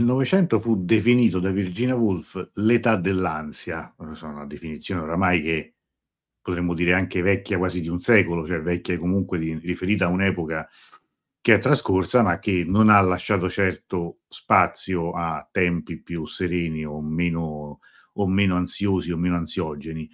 Novecento fu definito da Virginia Woolf l'età dell'ansia, una definizione oramai che potremmo dire anche vecchia quasi di un secolo, cioè vecchia comunque riferita a un'epoca che è trascorsa, ma che non ha lasciato certo spazio a tempi più sereni o meno ansiosi o meno ansiogeni.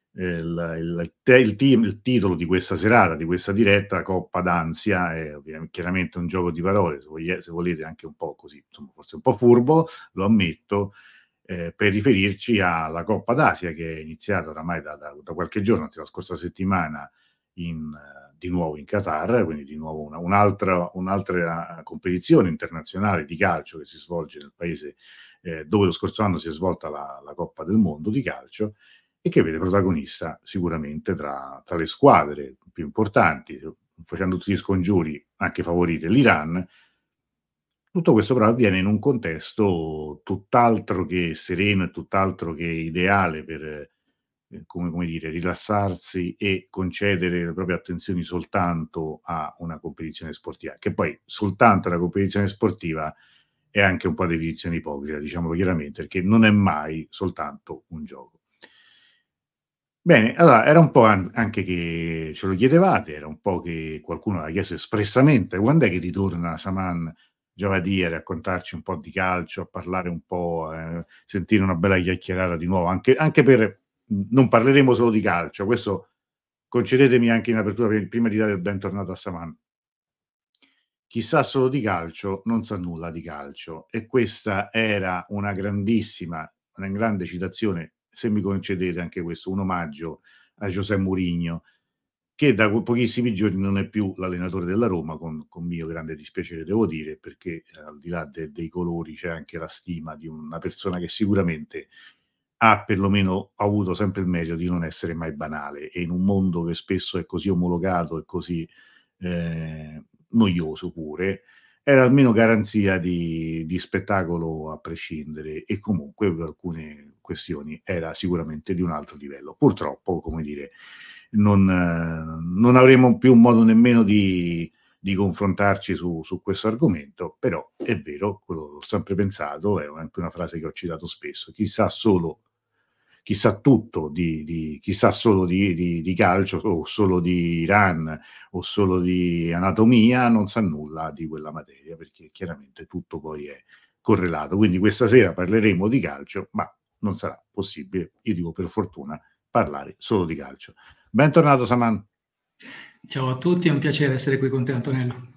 Il titolo di questa serata, di questa diretta, Coppa d'ansia, è ovviamente chiaramente un gioco di parole, se volete anche un po' così, insomma, forse un po' furbo, lo ammetto, per riferirci alla Coppa d'Asia che è iniziata oramai da qualche giorno, la scorsa settimana, di nuovo in Qatar, quindi di nuovo un'altra competizione internazionale di calcio che si svolge nel paese dove lo scorso anno si è svolta la Coppa del Mondo di calcio, e che vede protagonista sicuramente tra le squadre più importanti, facendo tutti gli scongiuri, anche favorite, l'Iran. Tutto questo però avviene in un contesto tutt'altro che sereno e tutt'altro che ideale per, come dire, rilassarsi e concedere le proprie attenzioni soltanto a una competizione sportiva, che poi soltanto una competizione sportiva è anche un po' definizione ipocrita, diciamolo chiaramente, perché non è mai soltanto un gioco. Bene, allora era un po' anche che ce lo chiedevate, era un po' che qualcuno aveva chiesto espressamente quando è che ritorna Saman Javadi a raccontarci un po' di calcio, a parlare un po', sentire una bella chiacchierata di nuovo, anche per non parleremo solo di calcio, questo concedetemi anche in apertura prima di dare il bentornato a Saman. Chi sa solo di calcio non sa nulla di calcio, e questa era una grande citazione, se mi concedete anche questo, un omaggio a José Mourinho, che da pochissimi giorni non è più l'allenatore della Roma, con mio grande dispiacere devo dire, perché al di là dei colori c'è anche la stima di una persona che sicuramente ha perlomeno avuto sempre il merito di non essere mai banale, e in un mondo che spesso è così omologato e così noioso pure, era almeno garanzia di spettacolo a prescindere, e comunque per alcune questioni era sicuramente di un altro livello. Purtroppo, come dire, non avremo più modo nemmeno di confrontarci su questo argomento, però è vero, quello l'ho sempre pensato, è anche una frase che ho citato spesso: chissà tutto chissà solo di calcio, o solo di Iran, o solo di anatomia, non sa nulla di quella materia, perché chiaramente tutto poi è correlato. Quindi questa sera parleremo di calcio, ma non sarà possibile, io dico per fortuna, parlare solo di calcio. Bentornato Saman. Ciao a tutti, è un piacere essere qui con te, Antonello.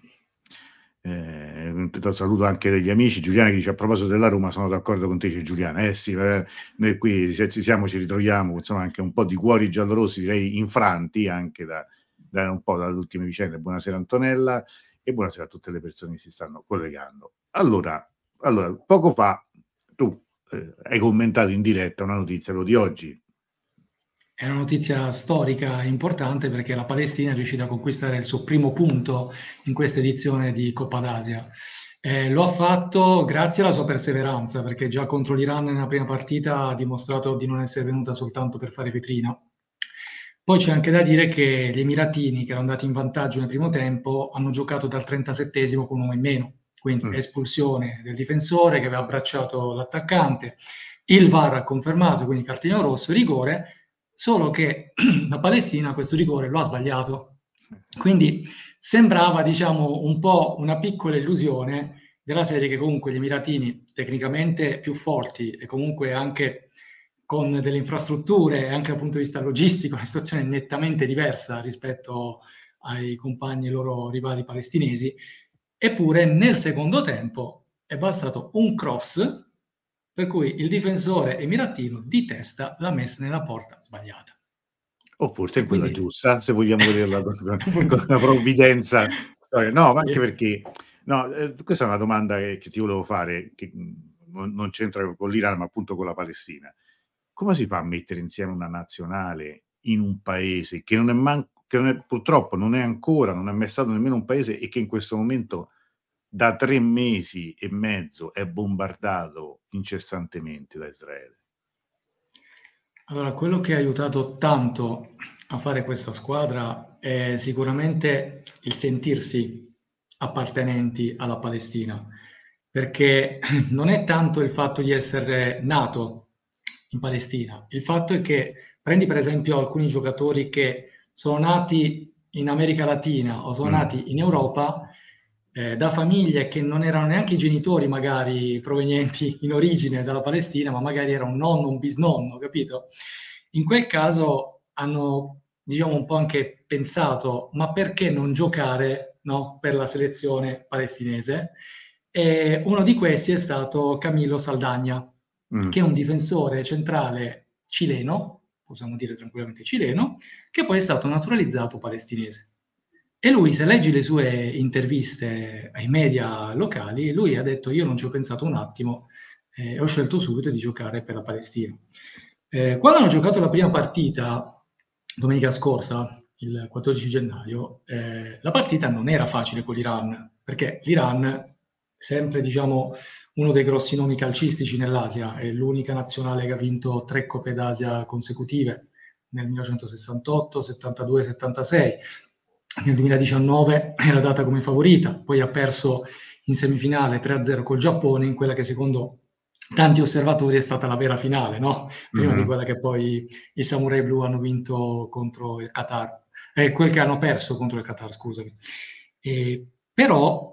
Saluto anche degli amici. Giuliana che dice: a proposito della Roma, sono d'accordo con te, dice Giuliana. Sì, noi qui se ci siamo, ci ritroviamo, insomma, anche un po' di cuori giallorossi, direi infranti anche da un po' dalle ultime vicende. Buonasera Antonella, e buonasera a tutte le persone che si stanno collegando. Allora poco fa tu hai commentato in diretta una notizia, quello di oggi. È una notizia storica importante perché la Palestina è riuscita a conquistare il suo primo punto in questa edizione di Coppa d'Asia. Lo ha fatto grazie alla sua perseveranza, perché già contro l'Iran nella prima partita ha dimostrato di non essere venuta soltanto per fare vetrina. Poi c'è anche da dire che gli Emiratini, che erano andati in vantaggio nel primo tempo, hanno giocato dal 37esimo con uno in meno. Quindi espulsione del difensore che aveva abbracciato l'attaccante. Il VAR ha confermato, quindi cartellino rosso, rigore. Solo che la Palestina questo rigore lo ha sbagliato. Quindi sembrava, diciamo, un po' una piccola illusione della serie, che comunque gli Emiratini, tecnicamente più forti e comunque anche con delle infrastrutture e anche dal punto di vista logistico, una situazione nettamente diversa rispetto ai compagni loro rivali palestinesi, eppure nel secondo tempo è bastato un cross per cui il difensore emiratino di testa l'ha messa nella porta sbagliata. O forse E in quella quindi giusta, se vogliamo vederla con appunto, una provvidenza. No, ma anche sì. perché no, questa è una domanda che ti volevo fare, che non c'entra con l'Iran, ma appunto con la Palestina. Come si fa a mettere insieme una nazionale in un paese che non è purtroppo non è ancora, non è mai stato nemmeno un paese, e che in questo momento da 3 mesi e mezzo è bombardato incessantemente da Israele? Allora, quello che ha aiutato tanto a fare questa squadra è sicuramente il sentirsi appartenenti alla Palestina. perché non è tanto il fatto di essere nato in Palestina, il fatto è che prendi per esempio alcuni giocatori che sono nati in America Latina o sono Mm. nati in Europa, da famiglie che non erano neanche i genitori magari provenienti in origine dalla Palestina, ma magari era un nonno, un bisnonno, capito? In quel caso hanno, diciamo, un po' anche pensato, ma perché non giocare, no, per la selezione palestinese? E uno di questi è stato Camilo Saldagna, Mm. che è un difensore centrale cileno, possiamo dire tranquillamente cileno, che poi è stato naturalizzato palestinese. E lui, se leggi le sue interviste ai media locali, lui ha detto: Io non ci ho pensato un attimo e ho scelto subito di giocare per la Palestina. Quando hanno giocato la prima partita, domenica scorsa, il 14 gennaio, la partita non era facile con l'Iran, perché l'Iran, sempre diciamo uno dei grossi nomi calcistici nell'Asia, è l'unica nazionale che ha vinto 3 Coppe d'Asia consecutive nel 1968, 72, 76. Nel 2019 era data come favorita, poi ha perso in semifinale 3-0 col Giappone, in quella che secondo tanti osservatori è stata la vera finale, no? Prima di Mhm. quella che poi i Samurai Blu hanno vinto contro il Qatar, quel che hanno perso contro il Qatar, scusami. Però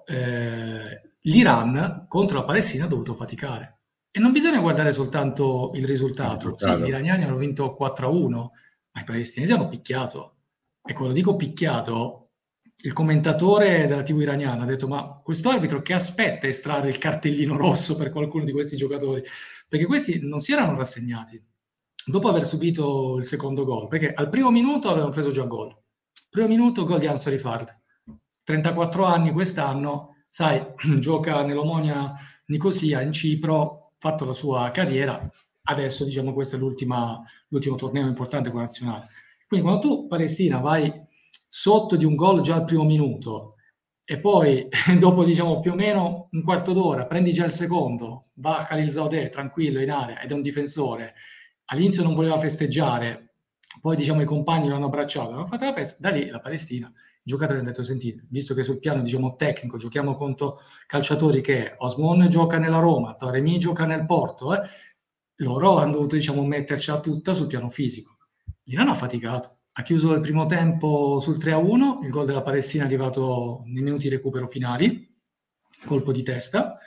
l'Iran contro la Palestina ha dovuto faticare. E non bisogna guardare soltanto il Il risultato. Sì, gli risultato. iraniani hanno vinto 4-1, ma i palestinesi hanno picchiato. E quando dico picchiato, il commentatore della TV iraniana ha detto: Ma questo arbitro che aspetta a estrarre il cartellino rosso per qualcuno di questi giocatori? Perché questi non si erano rassegnati dopo aver subito il secondo gol, perché al primo minuto avevano preso già gol. Primo minuto, gol di Ansari Fard. 34 anni quest'anno, sai, gioca nell'Omonia Nicosia in Cipro, fatto la sua carriera. Adesso, diciamo, questo è l'ultimo torneo importante con la nazionale. Quindi, quando tu, Palestina, vai sotto di un gol già al primo minuto e poi, dopo, diciamo, più o meno un quarto d'ora, prendi già il secondo, va Khalil Zaudeh tranquillo in area ed è un difensore. All'inizio non voleva festeggiare, poi, diciamo, i compagni lo hanno abbracciato, hanno fatto la festa. Da lì la Palestina, i giocatori hanno detto: Sentite, visto che sul piano, diciamo, tecnico giochiamo contro calciatori che Osmon gioca nella Roma, Taremi gioca nel Porto, loro hanno dovuto, diciamo, mettercela tutta sul piano fisico. L'Iran ha faticato, ha chiuso il primo tempo sul 3-1, il gol della Palestina è arrivato nei minuti di recupero finali, colpo di testa,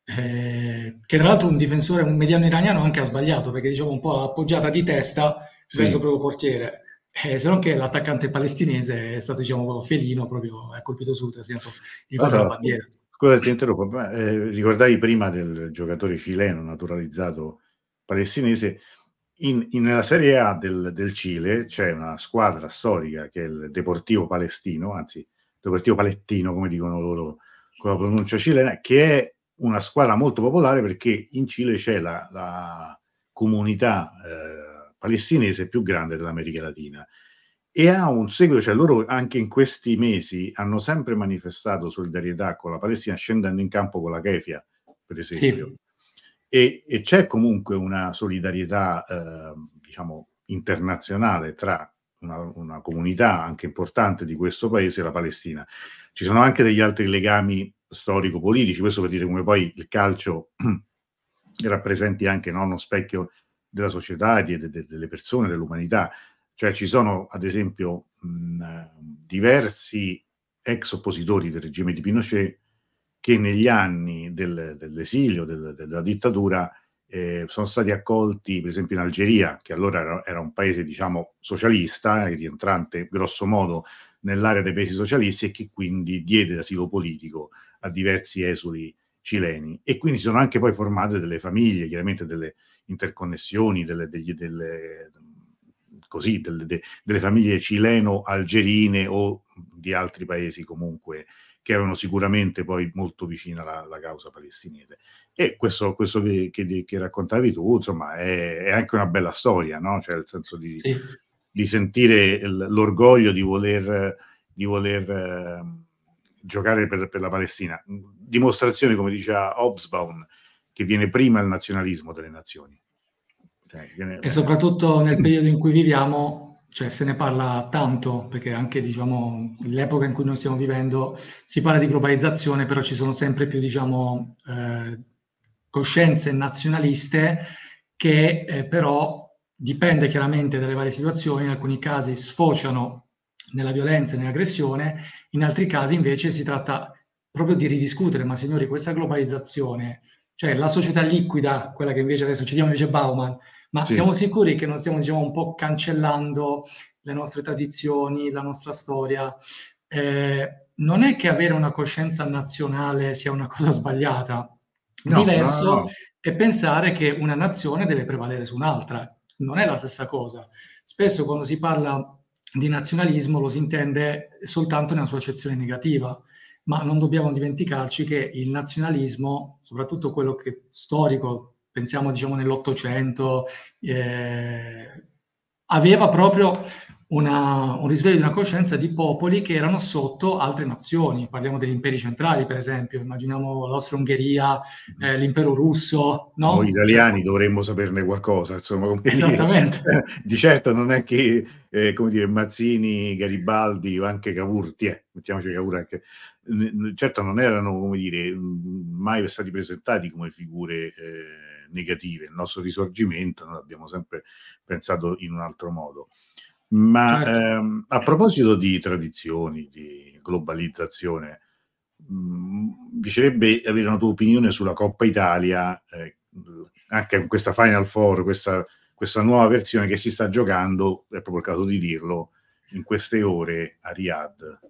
che tra l'altro un difensore, un mediano iraniano anche ha sbagliato, perché diciamo un po' l'appoggiata di testa verso Sì. proprio portiere. Se non che l'attaccante palestinese è stato, diciamo, felino, proprio ha colpito subito, ha segnato il gol della Allora, bandiera. scusa, ti interrompo, ma, ricordavi prima del giocatore cileno naturalizzato palestinese. Nella Serie A del Cile c'è una squadra storica che è il Deportivo Palestino, anzi Deportivo Palettino, come dicono loro con la pronuncia cilena, che è una squadra molto popolare perché in Cile c'è la comunità palestinese più grande dell'America Latina e ha un seguito, cioè loro anche in questi mesi hanno sempre manifestato solidarietà con la Palestina scendendo in campo con la kefia, per esempio. Sì, E c'è comunque una solidarietà, diciamo, internazionale tra una comunità anche importante di questo paese e la Palestina. Ci sono anche degli altri legami storico-politici, questo per dire come poi il calcio rappresenti anche, no, uno specchio della società, delle persone, dell'umanità. Cioè ci sono, ad esempio, diversi ex oppositori del regime di Pinochet che negli anni dell'esilio, della dittatura, sono stati accolti, per esempio in Algeria, che allora era un paese, diciamo, socialista, rientrante grosso modo nell'area dei paesi socialisti e che quindi diede asilo politico a diversi esuli cileni. E quindi sono anche poi formate delle famiglie, chiaramente delle interconnessioni, delle famiglie cileno-algerine o di altri paesi comunque che erano sicuramente poi molto vicine alla causa palestinese. E questo che raccontavi tu, insomma, è anche una bella storia, no? Cioè, il senso sì. di sentire l'orgoglio di voler giocare per la Palestina. Dimostrazione, come diceva Hobsbawm, che viene prima il nazionalismo delle nazioni. Cioè, E soprattutto nel periodo in cui viviamo, cioè se ne parla tanto, perché anche diciamo l'epoca in cui noi stiamo vivendo si parla di globalizzazione, però ci sono sempre più diciamo coscienze nazionaliste che però dipende chiaramente dalle varie situazioni, in alcuni casi sfociano nella violenza e nell'aggressione, in altri casi invece si tratta proprio di ridiscutere, ma signori, questa globalizzazione, cioè la società liquida, quella che invece adesso citiamo invece Bauman, ma Sì. siamo sicuri che non stiamo diciamo, un po' cancellando le nostre tradizioni, la nostra storia? Non è che avere una coscienza nazionale sia una cosa sbagliata. No, no, no, Diverso no. è pensare che una nazione deve prevalere su un'altra. Non è la stessa cosa. Spesso quando si parla di nazionalismo lo si intende soltanto nella sua accezione negativa, ma non dobbiamo dimenticarci che il nazionalismo, soprattutto quello che storico, pensiamo diciamo nell'Ottocento, aveva proprio un risveglio di una coscienza di popoli che erano sotto altre nazioni. Parliamo degli imperi centrali, per esempio, immaginiamo l'Austria-Ungheria, l'impero russo, Noi no? Cioè, italiani dovremmo saperne qualcosa, insomma, come dire, esattamente. di certo non è che, come dire, Mazzini, Garibaldi o anche Cavour, mettiamoci Cavour anche, certo non erano, come dire, mai stati presentati come figure negative. Il nostro risorgimento noi l'abbiamo sempre pensato in un altro modo. Ma Certo. a proposito di tradizioni, di globalizzazione, mi piacerebbe avere una tua opinione sulla Coppa Italia, anche con questa Final Four, questa nuova versione che si sta giocando, è proprio il caso di dirlo, in queste ore a Riyadh.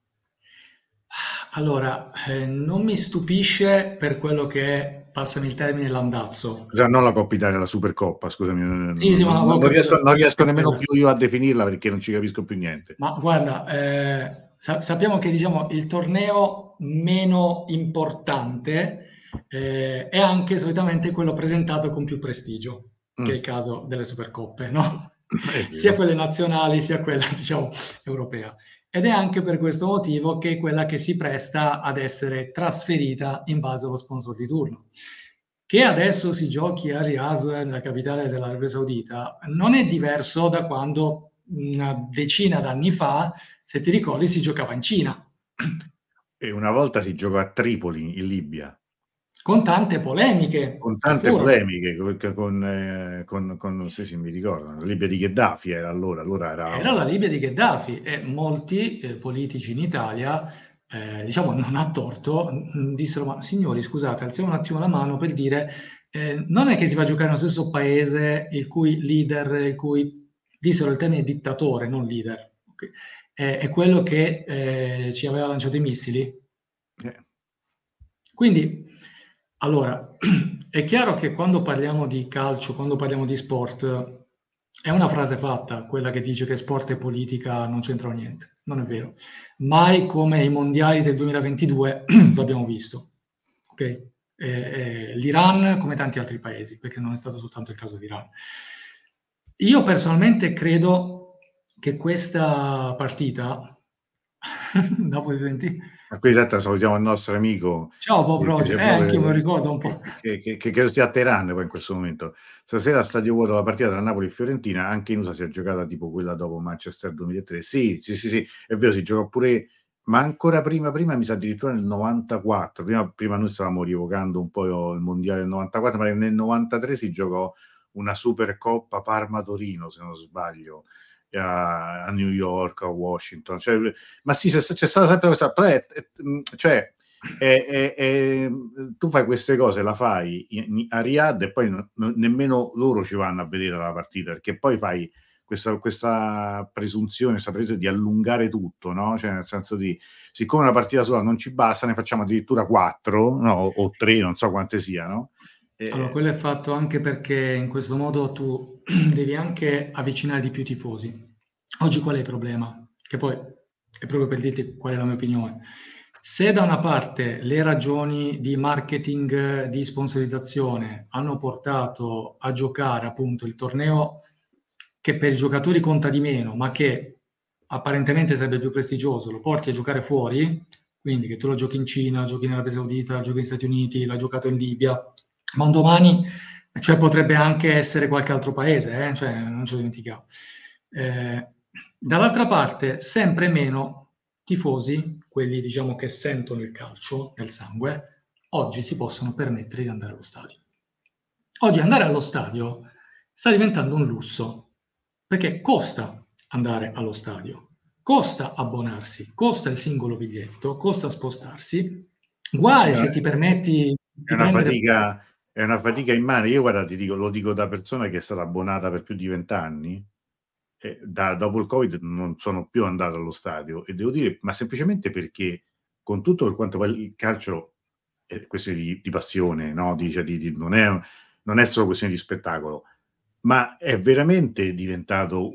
Allora, non mi stupisce per quello che è, passami il termine, l'andazzo. Non la Coppa Italia, la Supercoppa, scusami, Sì, sì, ma ho capito non riesco che nemmeno quella. più io a definirla perché non ci capisco più niente. Ma guarda, sappiamo che diciamo, il torneo meno importante è anche solitamente quello presentato con più prestigio, che è Mm, il caso delle Supercoppe, no? è Sia vero. quelle nazionali sia quella, diciamo, europea. Ed è anche per questo motivo che è quella che si presta ad essere trasferita in base allo sponsor di turno. Che adesso si giochi a Riyadh, nella capitale dell'Arabia Saudita, non è diverso da quando una decina d'anni fa, se ti ricordi, si giocava in Cina, E una volta si giocò a Tripoli, in Libia. con tante polemiche Con che tante furono. polemiche, sì, sì, mi ricordo, la Libia di Gheddafi era allora era Era la Libia di Gheddafi e molti politici in Italia, diciamo non a torto, dissero: Ma signori, scusate, alziamo un attimo la mano per dire, non è che si va a giocare nello stesso paese il cui leader, il cui dissero il termine dittatore, non leader, ok? È quello che ci aveva lanciato i missili. eh, Quindi, allora, è chiaro che quando parliamo di calcio, quando parliamo di sport, è una frase fatta, quella che dice che sport e politica non c'entrano niente. Non è vero. Mai come i mondiali del 2022 lo abbiamo visto. Ok? L'Iran come tanti altri paesi, perché non è stato soltanto il caso dell'Iran. Io personalmente credo che questa partita, dopo i 20. ma qui in realtà salutiamo il nostro amico Ciao Bob che Roger, c'è anch'io me lo proprio ricordo un po'. che credo sia a Teheran poi in questo momento. Stasera a Stadio Vuoto la partita tra Napoli e Fiorentina, anche in USA si è giocata tipo quella dopo Manchester 2003. Sì, sì, sì, sì, è vero, si giocò pure, ma ancora prima mi sa addirittura nel 94. Prima noi stavamo rievocando un po' il mondiale del 94, ma nel 93 si giocò una Supercoppa Parma-Torino, se non sbaglio, a New York, a Washington. Cioè, ma sì, c'è stata sempre questa, cioè, tu fai queste cose, la fai a Riyadh e poi nemmeno loro ci vanno a vedere la partita, perché poi fai questa presunzione, questa presa di allungare tutto, no? Cioè, nel senso di, siccome una partita sola non ci basta, ne facciamo addirittura 4, no? O 3, non so quante siano. Allora, Eh, quello è fatto anche perché in questo modo tu devi anche avvicinare di più i tifosi. Oggi qual è il problema? Che poi è proprio per dirti qual è la mia opinione. Se da una parte le ragioni di marketing, di sponsorizzazione hanno portato a giocare appunto il torneo che per i giocatori conta di meno, ma che apparentemente sarebbe più prestigioso, lo porti a giocare fuori, quindi che tu lo giochi in Cina, giochi in Arabia Saudita, giochi negli Stati Uniti, l'hai giocato in Libia, ma un domani cioè, potrebbe anche essere qualche altro paese, cioè, non ce lo dimentichiamo. Eh, Dall'altra parte, sempre meno tifosi, quelli diciamo che sentono il calcio nel sangue, oggi si possono permettere di andare allo stadio. Oggi andare allo stadio sta diventando un lusso, perché costa andare allo stadio, costa abbonarsi, costa il singolo biglietto, costa spostarsi. Guai se ti permetti È di una prendere... fatica, è una fatica immane. Io, guarda, ti dico, lo dico da persona che è stata abbonata per più di 20 anni. Dopo il Covid non sono più andato allo stadio e devo dire, ma semplicemente perché con tutto per quanto poi il calcio è questione di passione, no? Non è solo questione di spettacolo, ma è veramente diventato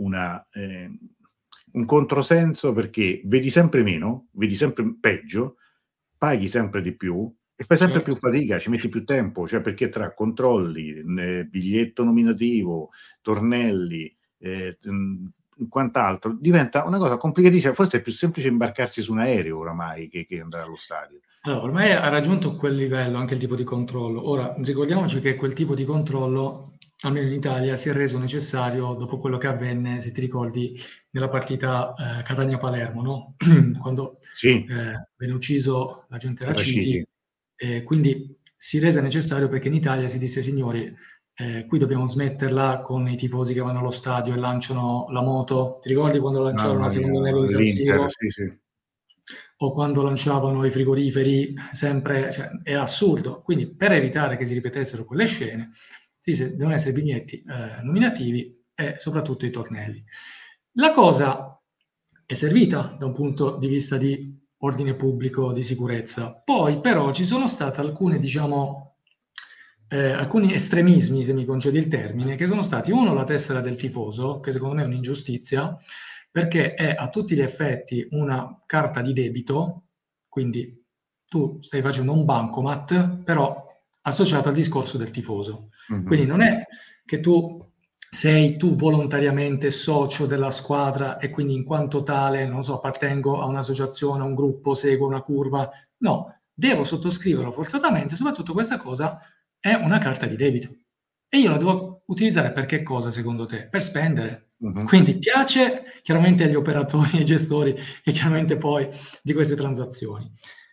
un controsenso, perché vedi sempre meno, vedi sempre peggio, paghi sempre di più e fai sempre più Certo. fatica, ci metti più tempo, cioè perché tra controlli, biglietto nominativo, tornelli, quant'altro, diventa una cosa complicatissima. Forse è più semplice imbarcarsi su un aereo oramai che andare allo stadio. Allora, ormai ha raggiunto quel livello anche il tipo di controllo. Ora, ricordiamoci che quel tipo di controllo, almeno in Italia, si è reso necessario dopo quello che avvenne, se ti ricordi, nella partita Catania-Palermo, no? Quando Sì, venne ucciso l'agente Raciti. Raciti, quindi si rese necessario perché in Italia si disse, signori, qui dobbiamo smetterla con i tifosi che vanno allo stadio e lanciano la moto. Ti ricordi quando lanciarono Mamma la mia, seconda neve in San l'Inter, Siro? sì, sì. O quando lanciavano i frigoriferi, sempre, cioè, era assurdo. Quindi, per evitare che si ripetessero quelle scene, devono essere biglietti nominativi e soprattutto i tornelli. La cosa è servita da un punto di vista di ordine pubblico, di sicurezza. Poi, però, ci sono state alcune, diciamo, alcuni estremismi, se mi concedi il termine, che sono stati: uno, la tessera del tifoso, che secondo me è un'ingiustizia, perché è a tutti gli effetti una carta di debito, quindi tu stai facendo un bancomat, però associato al discorso del tifoso. Quindi Mhm. non è che sei tu volontariamente socio della squadra e quindi in quanto tale, non so, appartengo a un'associazione, a un gruppo, seguo una curva. No, devo sottoscriverlo forzatamente, soprattutto questa cosa è una carta di debito. E io la devo utilizzare per che cosa secondo te? Per spendere. Mhm. Quindi piace chiaramente agli operatori, ai gestori e chiaramente poi di queste transazioni.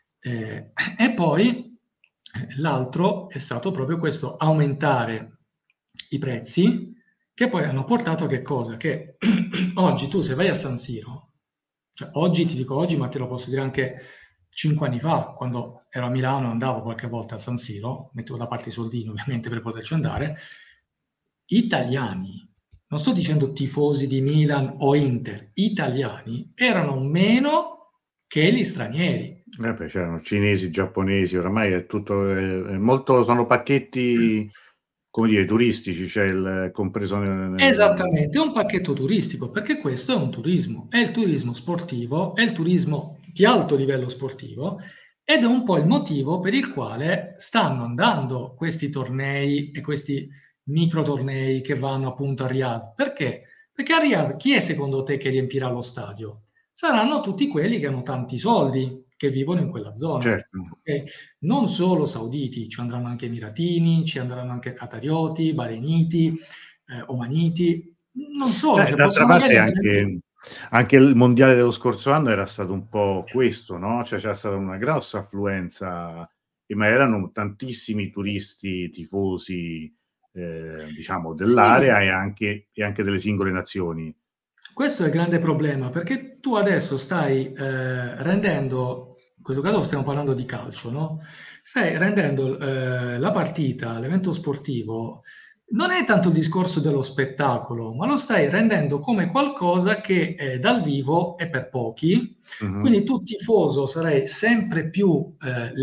E poi l'altro è stato proprio questo, aumentare i prezzi, che poi hanno portato a che cosa? Che oggi tu se vai a San Siro, cioè oggi ti dico oggi, ma te lo posso dire anche 5 anni fa, quando ero a Milano, andavo qualche volta a San Siro, mettevo da parte i soldini ovviamente per poterci andare, italiani, non sto dicendo tifosi di Milan o Inter, italiani erano meno che gli stranieri. Beh, c'erano cinesi, giapponesi, oramai è tutto, è molto, sono pacchetti, come dire, turistici, c'è il compreso Esattamente, è un pacchetto turistico, perché questo è un turismo, è il turismo sportivo, è il turismo di alto livello sportivo ed è un po' il motivo per il quale stanno andando questi tornei e questi micro tornei che vanno appunto a Riyadh. Perché? Perché a Riyadh chi è secondo te che riempirà lo stadio? Saranno tutti quelli che hanno tanti soldi, che vivono in quella zona. certo. Ok? Non solo sauditi, ci andranno anche emiratini, ci andranno anche qatarioti, bahrainiti, omaniti, non solo, cioè D'altra possono parte magari andare lì. anche il mondiale dello scorso anno era stato un po' questo, no? Cioè c'era stata una grossa affluenza, ma erano tantissimi turisti, tifosi, diciamo, Sì, dell'area e anche delle singole nazioni. questo è il grande problema, perché tu adesso stai rendendo, in questo caso stiamo parlando di calcio, no? Stai rendendo la partita, l'evento sportivo, non è tanto il discorso dello spettacolo, ma lo stai rendendo come qualcosa che dal vivo è per pochi, Mhm. quindi tu tifoso sarai sempre più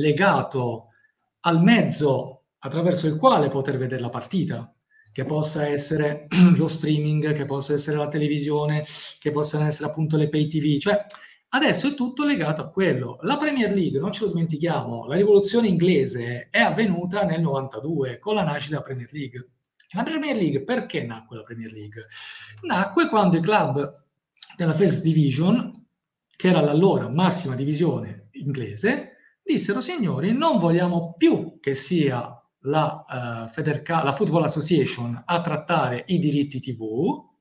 legato al mezzo attraverso il quale poter vedere la partita, che possa essere lo streaming, che possa essere la televisione, che possano essere appunto le pay TV, cioè adesso è tutto legato a quello. La Premier League, non ce lo dimentichiamo, la rivoluzione inglese è avvenuta nel 92 con la nascita della Premier League. La Premier League, perché nacque la Premier League? Nacque quando i club della First Division, che era l'allora massima divisione inglese, dissero: signori, non vogliamo più che sia la Football Association a trattare i diritti TV,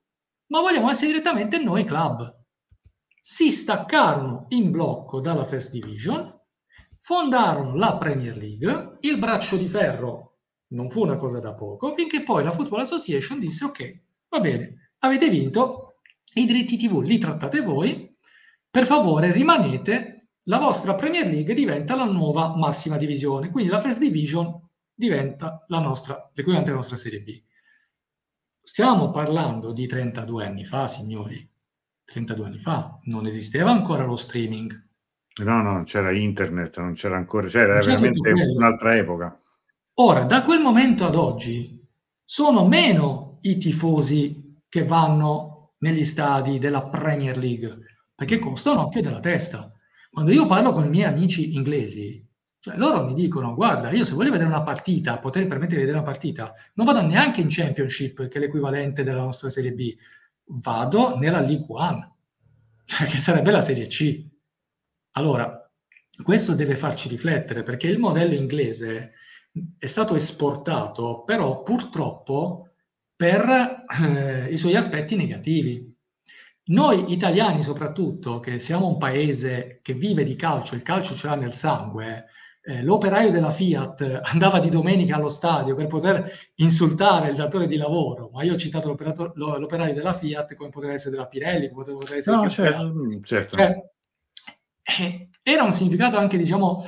ma vogliamo essere direttamente noi club. Si staccarono in blocco dalla First Division, fondarono la Premier League, il braccio di ferro non fu una cosa da poco, finché poi la Football Association disse ok, va bene, avete vinto, i diritti TV li trattate voi, per favore rimanete, la vostra Premier League diventa la nuova massima divisione, quindi la First Division diventa l'equivalente della nostra Serie B. Stiamo parlando di 32 anni fa, signori. 32 anni fa non esisteva ancora lo streaming. No, no, non c'era internet, non c'era ancora, c'era Non c'è tutto veramente quello. un'altra epoca. Ora, da quel momento ad oggi, sono meno i tifosi che vanno negli stadi della Premier League, perché costa un occhio della testa. Quando io parlo con i miei amici inglesi, cioè loro mi dicono: guarda, io se voglio vedere una partita, poter permettere di vedere una partita, non vado neanche in Championship, che è l'equivalente della nostra Serie B, vado nella League One, cioè che sarebbe la Serie C. Allora, questo deve farci riflettere, perché il modello inglese è stato esportato, però purtroppo per i suoi aspetti negativi. Noi italiani soprattutto, che siamo un paese che vive di calcio, il calcio ce l'ha nel sangue, l'operaio della Fiat andava di domenica allo stadio per poter insultare il datore di lavoro, ma io ho citato l'operaio della Fiat come poteva essere della Pirelli, come poteva essere il No, caffè. certo. Cioè, era un significato anche, diciamo,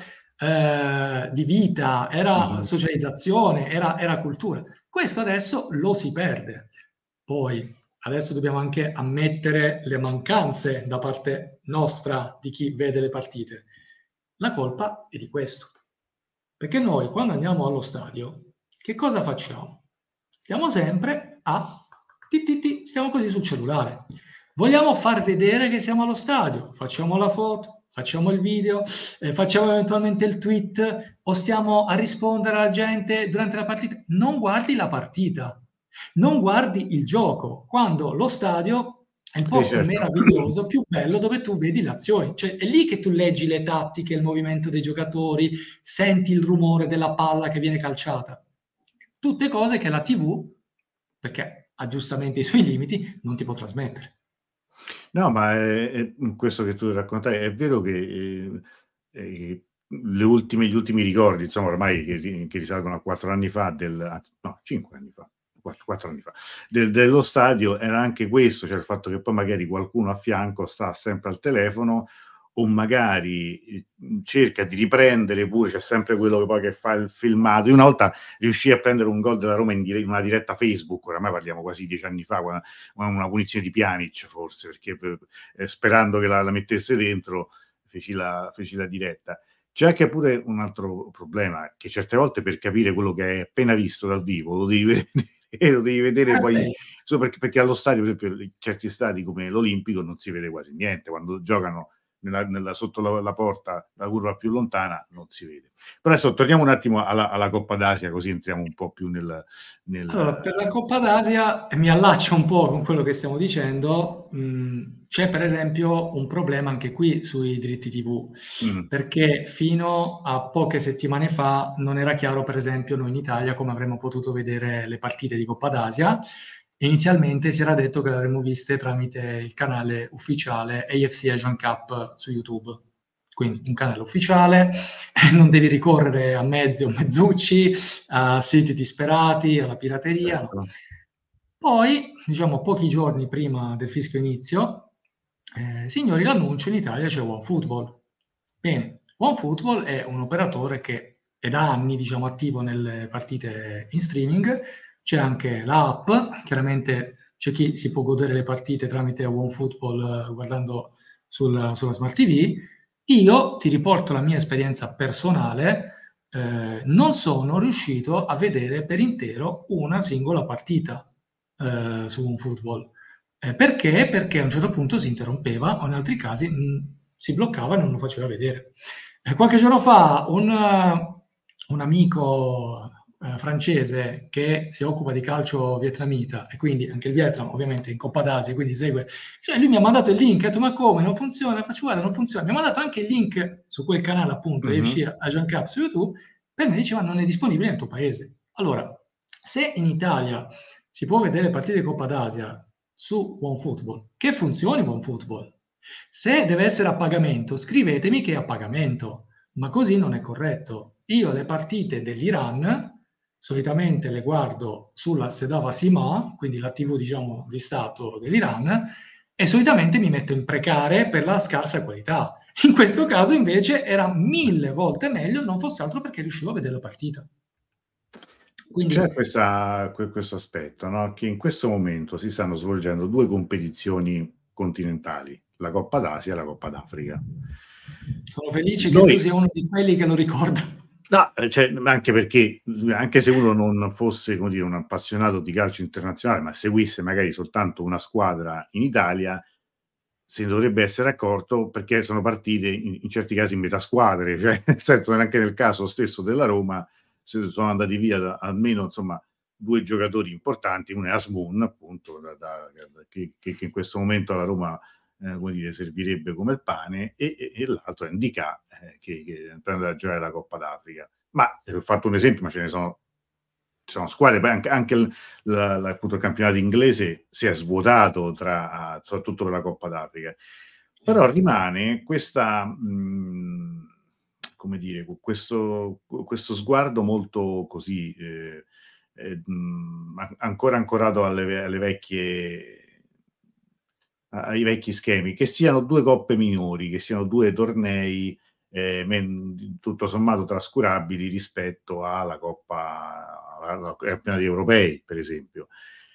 di vita, era Mhm. socializzazione, era cultura. Questo adesso lo si perde. Poi adesso dobbiamo anche ammettere le mancanze da parte nostra di chi vede le partite. La colpa è di questo. Perché noi quando andiamo allo stadio, che cosa facciamo? Stiamo sempre a stiamo così sul cellulare. Vogliamo far vedere che siamo allo stadio, facciamo la foto, facciamo il video, facciamo eventualmente il tweet o stiamo a rispondere alla gente durante la partita. Non guardi la partita, non guardi il gioco, quando lo stadio è il Sì, posto certo. meraviglioso, più bello dove tu vedi le azioni. Cioè, è lì che tu leggi le tattiche, il movimento dei giocatori, senti il rumore della palla che viene calciata. Tutte cose che la TV, perché ha giustamente i suoi limiti, non ti può trasmettere. No, ma questo che tu raccontai è vero che gli ultimi ricordi, insomma, ormai che risalgono a 4 anni fa, no, 5 anni fa, 4 anni fa, dello stadio era anche questo, cioè il fatto che poi magari qualcuno a fianco sta sempre al telefono o magari cerca di riprendere pure, c'è sempre quello che poi che fa il filmato. Io una volta riuscii a prendere un gol della Roma in una diretta Facebook, oramai parliamo quasi 10 anni fa, una punizione di Pjanic forse, perché sperando che la mettesse dentro feci la diretta. C'è anche pure un altro problema, che certe volte per capire quello che hai appena visto dal vivo lo devi vedere poi, perché allo stadio, per esempio, in certi stadi come l'Olimpico non si vede quasi niente, quando giocano sotto la porta, la curva più lontana, non si vede. Però adesso torniamo un attimo alla Coppa d'Asia, così entriamo un po' più nel Allora, per la Coppa d'Asia mi allaccio un po' con quello che stiamo dicendo. C'è per esempio un problema anche qui sui diritti TV, perché fino a poche settimane fa non era chiaro, per esempio, noi in Italia come avremmo potuto vedere le partite di Coppa d'Asia. Inizialmente si era detto che le avremmo viste tramite il canale ufficiale AFC Asian Cup su YouTube. Quindi un canale ufficiale, non devi ricorrere a mezzi o mezzucci, a siti disperati, alla pirateria. No. certo. Poi, diciamo, pochi giorni prima del fischio inizio, signori, l'annuncio in Italia c'è OneFootball. Bene, OneFootball è un operatore che è da anni, diciamo, attivo nelle partite in streaming. C'è anche l'app, chiaramente c'è chi si può godere le partite tramite OneFootball guardando sulla Smart TV. Io ti riporto la mia esperienza personale, non sono riuscito a vedere per intero una singola partita su OneFootball. Perché? Perché a un certo punto si interrompeva o in altri casi si bloccava e non lo faceva vedere. Qualche giorno fa un amico francese che si occupa di calcio vietnamita e quindi anche il Vietnam ovviamente in Coppa d'Asia, quindi segue, cioè lui mi ha mandato il link, ha detto ma come non funziona? Faccio guarda non funziona, mi ha mandato anche il link su quel canale appunto AFC Asian Cup su YouTube, per me diceva non è disponibile nel tuo paese. Allora, se in Italia si può vedere partite di Coppa d'Asia su OneFootball. Che funzioni OneFootball. Se deve essere a pagamento, scrivetemi che è a pagamento, ma così non è corretto. Io le partite dell'Iran solitamente le guardo sulla Sedava Sima, quindi la TV diciamo di Stato dell'Iran, e solitamente mi metto in precare per la scarsa qualità. In questo caso invece era 1000 volte meglio, non fosse altro perché riuscivo a vedere la partita. C'è Quindi questo aspetto, no? Che in questo momento si stanno svolgendo due competizioni continentali, la Coppa d'Asia e la Coppa d'Africa. sono felice che tu Noi, sia uno di quelli che lo ricorda. no, cioè, anche perché, anche se uno non fosse, come dire, un appassionato di calcio internazionale, ma seguisse magari soltanto una squadra in Italia, si dovrebbe essere accorto perché sono partite in certi casi in metà squadre, cioè nel senso anche nel caso stesso della Roma sono andati via almeno insomma due giocatori importanti, uno è Asmoon appunto che in questo momento alla Roma come dire, servirebbe come il pane e l'altro è Ndicà che prende a giocare la Coppa d'Africa. Ma ho fatto un esempio, ma ce ne sono squadre, poi anche appunto, il campionato inglese si è svuotato soprattutto per la Coppa d'Africa. Però rimane questa, come dire, questo sguardo molto così, ancora ancorato alle vecchie ai vecchi schemi, che siano due coppe minori, che siano due tornei tutto sommato trascurabili rispetto alla Coppa, ai campionati europei, per esempio.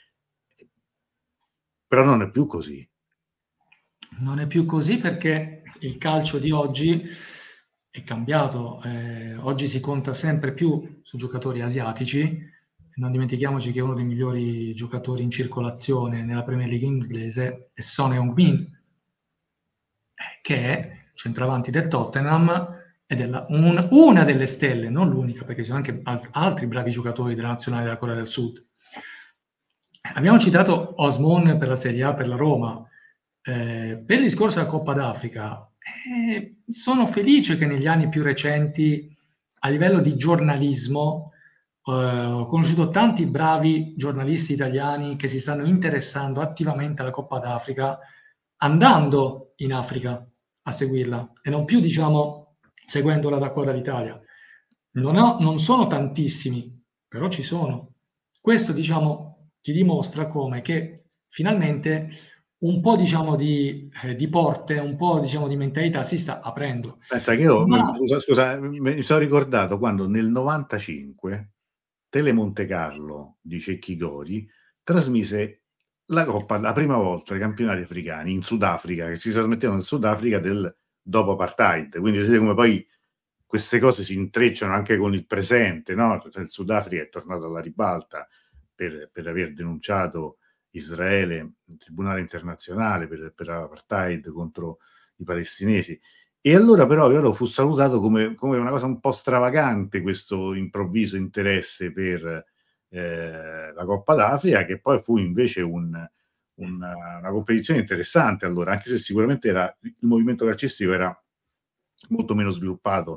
Però non è più così. Non è più così perché il calcio di oggi è cambiato. Oggi si conta sempre più su giocatori asiatici. Non dimentichiamoci che uno dei migliori giocatori in circolazione nella Premier League inglese è Son Heung-min, che è centravanti del Tottenham ed è una delle stelle, non l'unica, perché ci sono anche altri bravi giocatori della nazionale della Corea del Sud. Abbiamo citato Osmon per la Serie A per la Roma. Per il discorso della Coppa d'Africa, sono felice che negli anni più recenti, a livello di giornalismo, ho conosciuto tanti bravi giornalisti italiani che si stanno interessando attivamente alla Coppa d'Africa, andando in Africa a seguirla e non più, diciamo, seguendola da qua dall'Italia. Non sono tantissimi, però ci sono. Questo, diciamo, ti dimostra come che finalmente un po', diciamo, di porte, un po', diciamo, di mentalità si sta aprendo. Pensa che io, Ma scusa, mi sono ricordato quando nel 95 Tele Monte Carlo di Cecchi Gori trasmise la Coppa, la prima volta, i campionati africani in Sudafrica, che si trasmettevano nel Sudafrica del dopo apartheid. Quindi vedete come poi queste cose si intrecciano anche con il presente, no? Il Sudafrica è tornato alla ribalta per aver denunciato Israele in tribunale internazionale per l'apartheid contro i palestinesi. E allora però fu salutato come una cosa un po' stravagante questo improvviso interesse per la Coppa d'Africa, che poi fu invece una competizione interessante allora, anche se sicuramente il movimento calcistico era molto meno sviluppato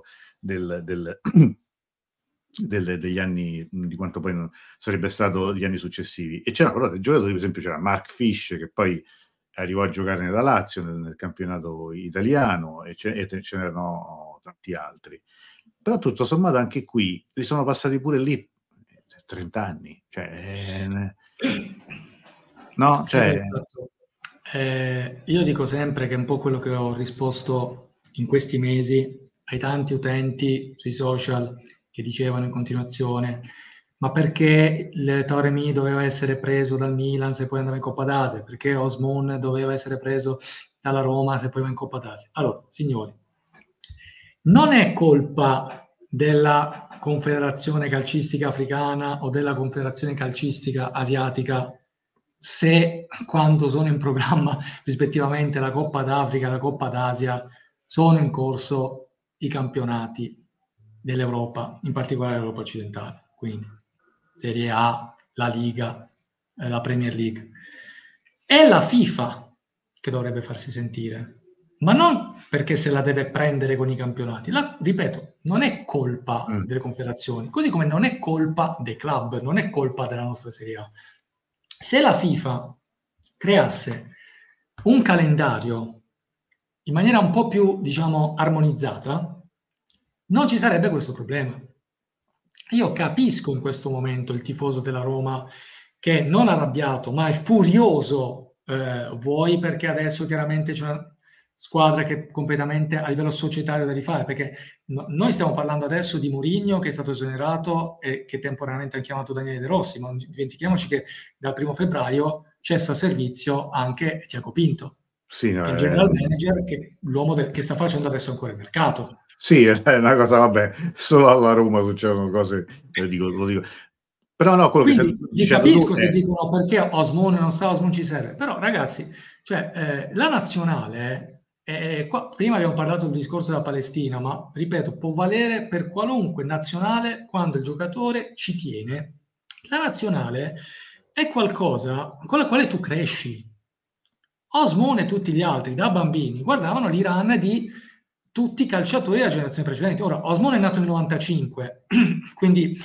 degli anni, di quanto poi sarebbe stato gli anni successivi. E c'era però dei giocatori, per esempio c'era Mark Fish, che poi arrivò a giocare nella Lazio nel campionato italiano, e ce n'erano tanti altri. Però tutto sommato anche qui li sono passati pure lì 30 anni, cioè no, sì, cioè esatto. Io dico sempre che è un po' quello che ho risposto in questi mesi ai tanti utenti sui social che dicevano in continuazione: ma perché il Taremi doveva essere preso dal Milan se poi andava in Coppa d'Asia? Perché Osmoon doveva essere preso dalla Roma se poi va in Coppa d'Asia? Allora, signori, non è colpa della Confederazione Calcistica Africana o della Confederazione Calcistica Asiatica se quando sono in programma rispettivamente la Coppa d'Africa e la Coppa d'Asia sono in corso i campionati dell'Europa, in particolare l'Europa occidentale, quindi Serie A, la Liga, la Premier League. È la FIFA che dovrebbe farsi sentire, ma non perché se la deve prendere con i campionati. Ripeto, non è colpa delle confederazioni, così come non è colpa dei club, non è colpa della nostra Serie A. Se la FIFA creasse un calendario in maniera un po' più, diciamo, armonizzata, non ci sarebbe questo problema. Io capisco in questo momento il tifoso della Roma che è non arrabbiato, ma è furioso, vuoi perché adesso chiaramente c'è una squadra che completamente a livello societario da rifare, perché noi stiamo parlando adesso di Mourinho che è stato esonerato e che temporaneamente ha chiamato Daniele De Rossi, ma non dimentichiamoci che dal 1° febbraio cessa servizio anche Tiago Pinto, Sì, no, che è il general manager, che l'uomo che sta facendo adesso ancora il mercato. sì, è una cosa, vabbè, solo alla Roma succedono cose, lo dico. Però no, quello che stai Quindi li dicendo tu capisco se è... dicono perché Osmone non sta, Osmone ci serve, però ragazzi, cioè, la nazionale, qua, prima abbiamo parlato del discorso della Palestina, ma ripeto, può valere per qualunque nazionale quando il giocatore ci tiene. La nazionale è qualcosa con la quale tu cresci. Osmone e tutti gli altri da bambini guardavano l'Iran di tutti i calciatori della generazione precedente. Ora, Osmone è nato nel 95, quindi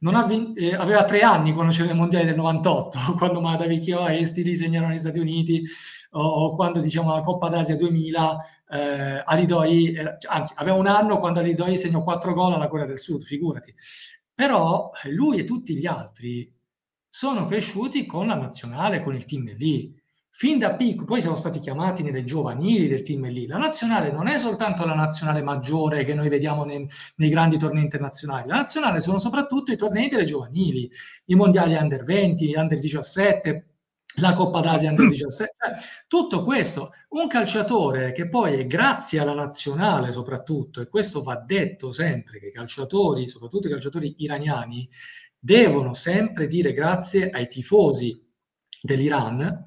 aveva 3 anni quando c'era il mondiale del 98, quando Madavicchio e Stili segnarono negli Stati Uniti, o quando diciamo la Coppa d'Asia 2000, Alidoi, anzi aveva 1 anno quando Alidoi segnò 4 gol alla Corea del Sud, figurati. Però lui e tutti gli altri sono cresciuti con la nazionale, con il team lì. Fin da piccolo, poi siamo stati chiamati nelle giovanili del team lì. La nazionale non è soltanto la nazionale maggiore che noi vediamo nei grandi tornei internazionali. La nazionale sono soprattutto i tornei delle giovanili, i mondiali under 20, under 17, la Coppa d'Asia under 17. Tutto questo, un calciatore che poi è grazie alla nazionale soprattutto, e questo va detto sempre, che i calciatori, soprattutto i calciatori iraniani, devono sempre dire grazie ai tifosi dell'Iran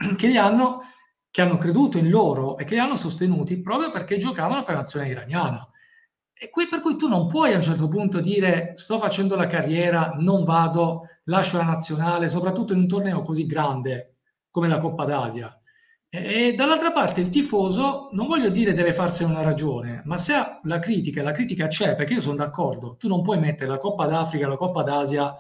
che hanno creduto in loro e che li hanno sostenuti proprio perché giocavano per la nazionale iraniana. E qui per cui tu non puoi a un certo punto dire sto facendo la carriera, non vado, lascio la nazionale, soprattutto in un torneo così grande come la Coppa d'Asia. E dall'altra parte il tifoso, non voglio dire deve farsene una ragione, ma se ha la critica, e la critica c'è, perché io sono d'accordo, tu non puoi mettere la Coppa d'Africa, la Coppa d'Asia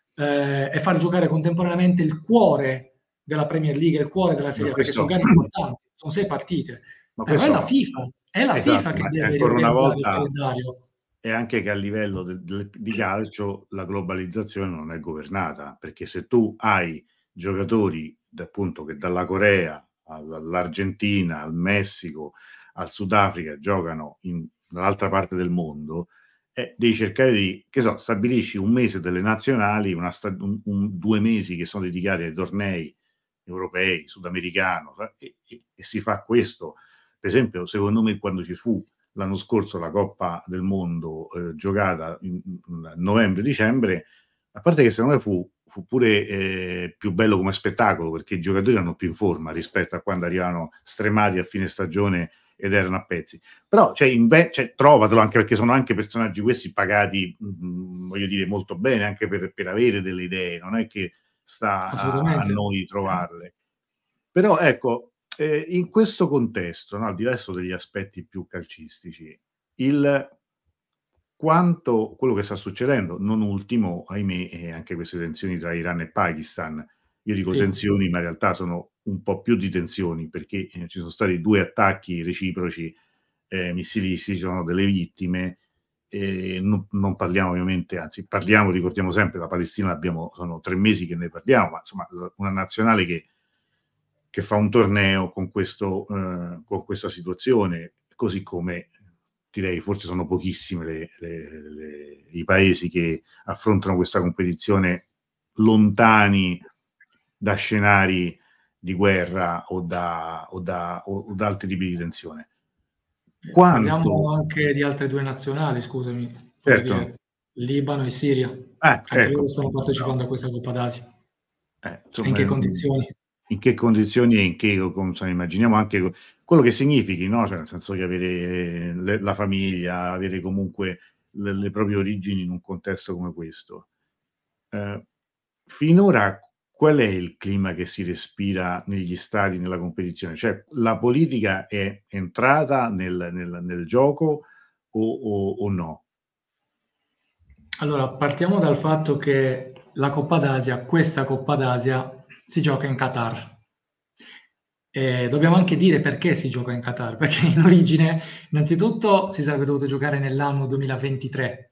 e far giocare contemporaneamente il cuore della Premier League, il cuore della Ma Serie A, perché sono questo, gare importanti, sono 6 partite. ma Però questo È la FIFA esatto, che ma è deve ancora una riorganizzare il volta calendario. è anche che a livello di calcio la globalizzazione non è governata, perché se tu hai giocatori appunto che dalla Corea all'Argentina, al Messico, al Sudafrica giocano dall'altra parte del mondo, devi cercare di, che so, stabilisci un mese delle nazionali, 2 mesi che sono dedicati ai tornei europei, sudamericano, e si fa questo. Per esempio, secondo me, quando ci fu l'anno scorso la Coppa del Mondo giocata in novembre-dicembre, a parte che secondo me fu pure più bello come spettacolo, perché i giocatori erano più in forma rispetto a quando arrivavano stremati a fine stagione ed erano a pezzi. Però trovatelo, anche perché sono anche personaggi questi pagati, voglio dire, molto bene, anche per avere delle idee, non è che sta a Assolutamente. noi trovarle. Però ecco, in questo contesto, no, al di là degli aspetti più calcistici, quello che sta succedendo, non ultimo, ahimè, anche queste tensioni tra Iran e Pakistan. Io dico Sì. tensioni, ma in realtà sono un po' più di tensioni, perché ci sono stati 2 attacchi reciproci missilistici, ci sono delle vittime, non parliamo ovviamente, anzi parliamo, ricordiamo sempre, la Palestina sono 3 mesi che ne parliamo, ma insomma una nazionale che fa un torneo con questa situazione, così come direi forse sono pochissime i paesi che affrontano questa competizione lontani da scenari di guerra o da altri tipi di tensione. Parliamo Quanto, anche di altre 2 nazionali, scusami, voglio certo, dire Libano e Siria. Anche loro ecco, stanno no, partecipando a questa Coppa d'Asia. E in insomma, che condizioni? in che condizioni e insomma, immaginiamo anche quello che significhi, no? Cioè, nel senso che avere la famiglia, avere comunque le proprie origini in un contesto come questo. Finora qual è il clima che si respira negli stadi, nella competizione? Cioè, la politica è entrata nel gioco o no? Allora, partiamo dal fatto che la Coppa d'Asia, questa Coppa d'Asia, si gioca in Qatar. Dobbiamo anche dire perché si gioca in Qatar, perché in origine, innanzitutto, si sarebbe dovuto giocare nell'anno 2023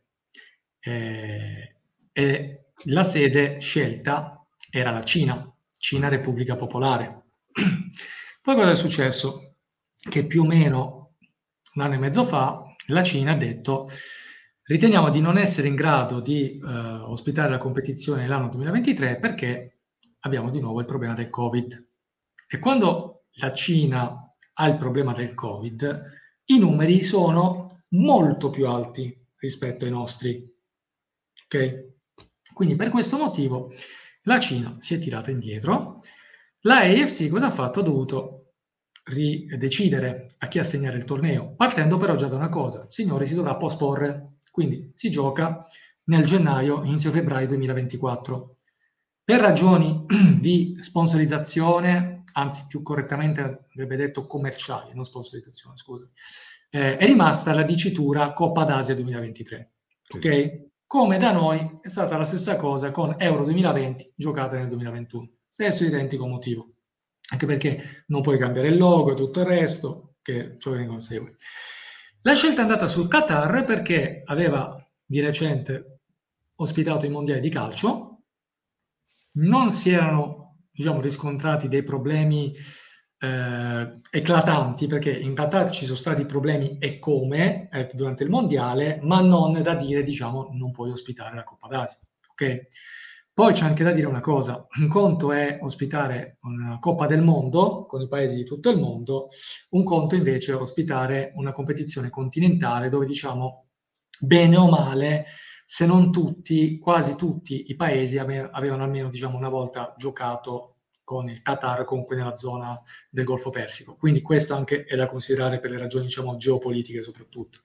e la sede scelta era la Cina Repubblica Popolare. Poi cosa è successo? Che più o meno un anno e mezzo fa la Cina ha detto riteniamo di non essere in grado di ospitare la competizione nell'anno 2023 perché abbiamo di nuovo il problema del Covid. E quando la Cina ha il problema del Covid, i numeri sono molto più alti rispetto ai nostri. Ok? Quindi per questo motivo la Cina si è tirata indietro. La AFC cosa ha fatto? Ha dovuto ridecidere a chi assegnare il torneo, partendo però già da una cosa, signori, si dovrà posporre, quindi si gioca nel gennaio, inizio febbraio 2024. Per ragioni di sponsorizzazione, anzi più correttamente andrebbe detto commerciali, non sponsorizzazione, scusa, è rimasta la dicitura Coppa d'Asia 2023. Sì, sì. Ok? Come da noi è stata la stessa cosa con Euro 2020 giocata nel 2021. Stesso identico motivo. Anche perché non puoi cambiare il logo e tutto il resto, che ciò che ne consegue. La scelta è andata sul Qatar perché aveva di recente ospitato i mondiali di calcio, non si erano, diciamo, riscontrati dei problemi eclatanti, perché in Qatar ci sono stati problemi e come durante il mondiale, ma non da dire, diciamo, non puoi ospitare la Coppa d'Asia. Ok? Poi c'è anche da dire una cosa, un conto è ospitare una Coppa del Mondo con i paesi di tutto il mondo, un conto invece è ospitare una competizione continentale dove diciamo bene o male, se non tutti, quasi tutti i paesi avevano almeno diciamo una volta giocato con il Qatar, comunque nella zona del Golfo Persico. Quindi questo anche è da considerare per le ragioni diciamo geopolitiche soprattutto.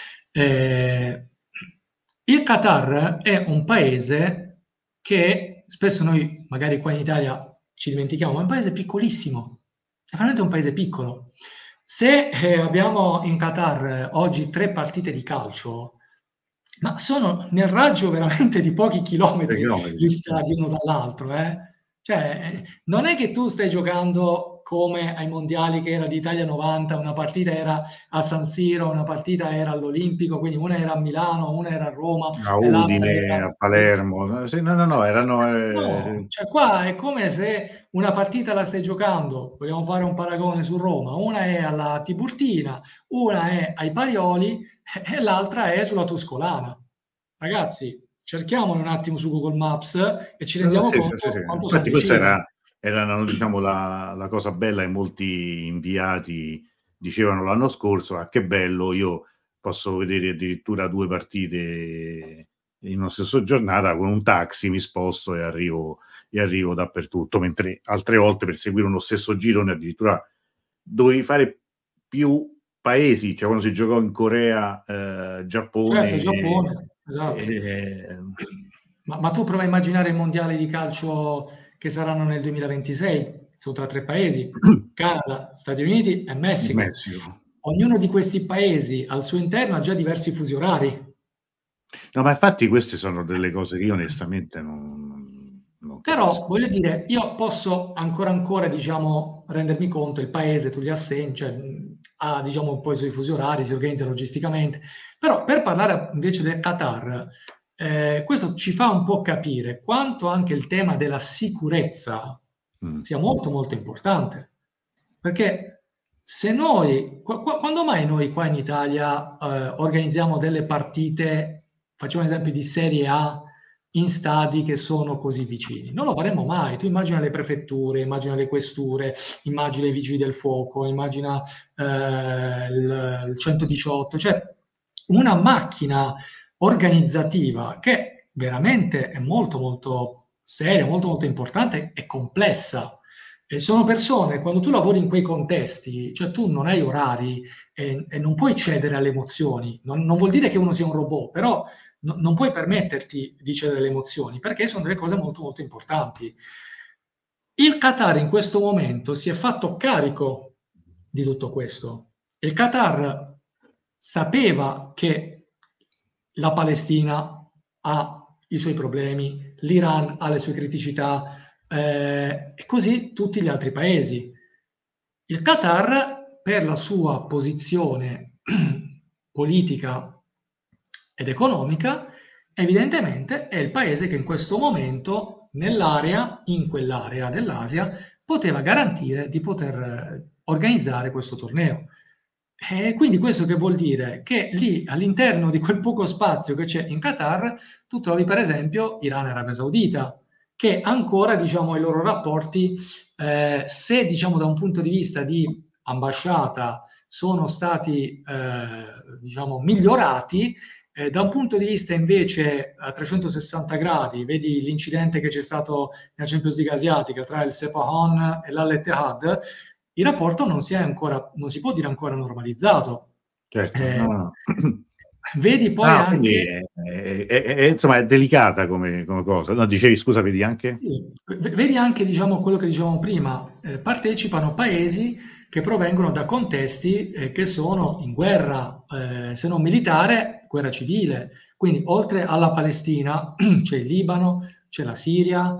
Il Qatar è un paese che spesso noi magari qua in Italia ci dimentichiamo, ma è un paese piccolissimo, è veramente un paese piccolo. Se abbiamo in Qatar oggi 3 partite di calcio, ma sono nel raggio veramente di pochi 3 chilometri chilometri, gli sì. stadi uno dall'altro, eh. Cioè, non è che tu stai giocando come ai mondiali che era d'Italia 90, una partita era a San Siro, una partita era all'Olimpico, quindi una era a Milano, una era a Roma A e l'altra Udine, era a Palermo. Sì, no, no, no, erano no, cioè qua è come se una partita la stai giocando, vogliamo fare un paragone su Roma, una è alla Tiburtina, una è ai Parioli e l'altra è sulla Tuscolana. Ragazzi, cerchiamolo un attimo su Google Maps e ci no, no, rendiamo sì, sì, sì, sì. conto quanto sono Infatti questa vicine. erano diciamo la cosa bella e molti inviati dicevano l'anno scorso: "Ah, che bello, io posso vedere addirittura 2 partite in una stessa giornata, con un taxi mi sposto e arrivo dappertutto", mentre altre volte per seguire uno stesso girone addirittura dovevi fare più paesi, cioè quando si giocò in Corea, Certo, Giappone, Giappone, esatto. ehm Ma tu prova a immaginare i mondiali di calcio che saranno nel 2026, sono tra 3 paesi, Canada, Stati Uniti e in Messico. Messico. Ognuno di questi paesi al suo interno ha già diversi fusi orari. No, ma infatti queste sono delle cose che io onestamente non Però capisco. voglio dire, io posso ancora, diciamo, rendermi conto, il paese tu li assegni, cioè ha diciamo un po' i suoi fusi orari, si organizza logisticamente, però per parlare invece del Qatar, questo ci fa un po' capire quanto anche il tema della sicurezza Mh. sia molto importante. Perché se noi, quando mai noi qua in Italia organizziamo delle partite, facciamo un esempio di Serie A, in stadi che sono così vicini? Non lo faremo mai. Tu immagina le prefetture, immagina le questure, immagina i vigili del fuoco, immagina il 118, cioè una macchina organizzativa che veramente è molto seria, molto importante e complessa. E sono persone, quando tu lavori in quei contesti, cioè tu non hai orari e non puoi cedere alle emozioni. Non vuol dire che uno sia un robot, però non puoi permetterti di cedere alle emozioni perché sono delle cose molto importanti. Il Qatar in questo momento si è fatto carico di tutto questo. Il Qatar sapeva che la Palestina ha i suoi problemi, l'Iran ha le sue criticità, e così tutti gli altri paesi. Il Qatar, per la sua posizione politica ed economica, evidentemente è il paese che in questo momento nell'area, in quell'area dell'Asia, poteva garantire di poter organizzare questo torneo. E quindi questo che vuol dire? Che lì all'interno di quel poco spazio che c'è in Qatar, tu trovi per esempio Iran e Arabia Saudita, che ancora diciamo i loro rapporti, se diciamo da un punto di vista di ambasciata sono stati diciamo migliorati, da un punto di vista invece a 360 gradi, vedi l'incidente che c'è stato nella Champions League asiatica tra il Sepahan e l'Al-Ittihad, il rapporto non si è ancora, non si può dire ancora normalizzato. Certo, Eh, no, no. vedi poi Ah, quindi anche insomma, è delicata come cosa. No, dicevi, scusa, vedi anche? sì, vedi anche diciamo, quello che dicevamo prima, partecipano paesi che provengono da contesti che sono in guerra, se non militare, guerra civile. Quindi oltre alla Palestina c'è il Libano, c'è la Siria,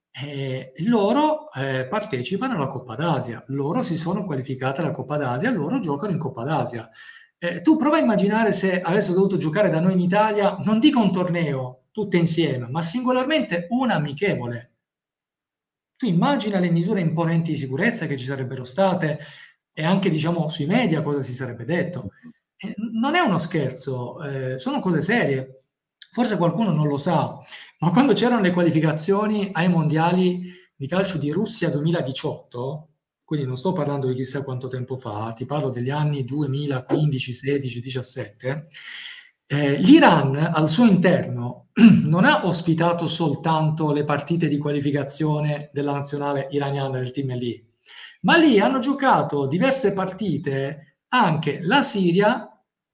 loro partecipano alla Coppa d'Asia, loro si sono qualificati alla Coppa d'Asia, loro giocano in Coppa d'Asia. Tu prova a immaginare se avessero dovuto giocare da noi in Italia, non dico un torneo tutte insieme, ma singolarmente un amichevole. Tu immagina le misure imponenti di sicurezza che ci sarebbero state e anche diciamo sui media cosa si sarebbe detto. Non è uno scherzo, sono cose serie. Forse qualcuno non lo sa, ma quando c'erano le qualificazioni ai mondiali di calcio di Russia 2018, quindi non sto parlando di chissà quanto tempo fa, ti parlo degli anni 2015, 16, 17, l'Iran al suo interno non ha ospitato soltanto le partite di qualificazione della nazionale iraniana del team lì, ma lì hanno giocato diverse partite anche la Siria,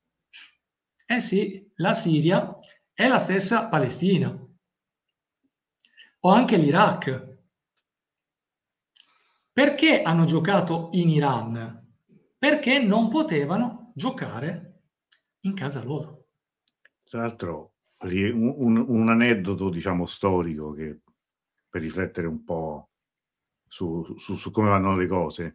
eh sì, la Siria e la stessa Palestina, o anche l'Iraq. Perché hanno giocato in Iran? Perché non potevano giocare in casa loro. Tra l'altro, un aneddoto, diciamo, storico che per riflettere un po' su come vanno le cose.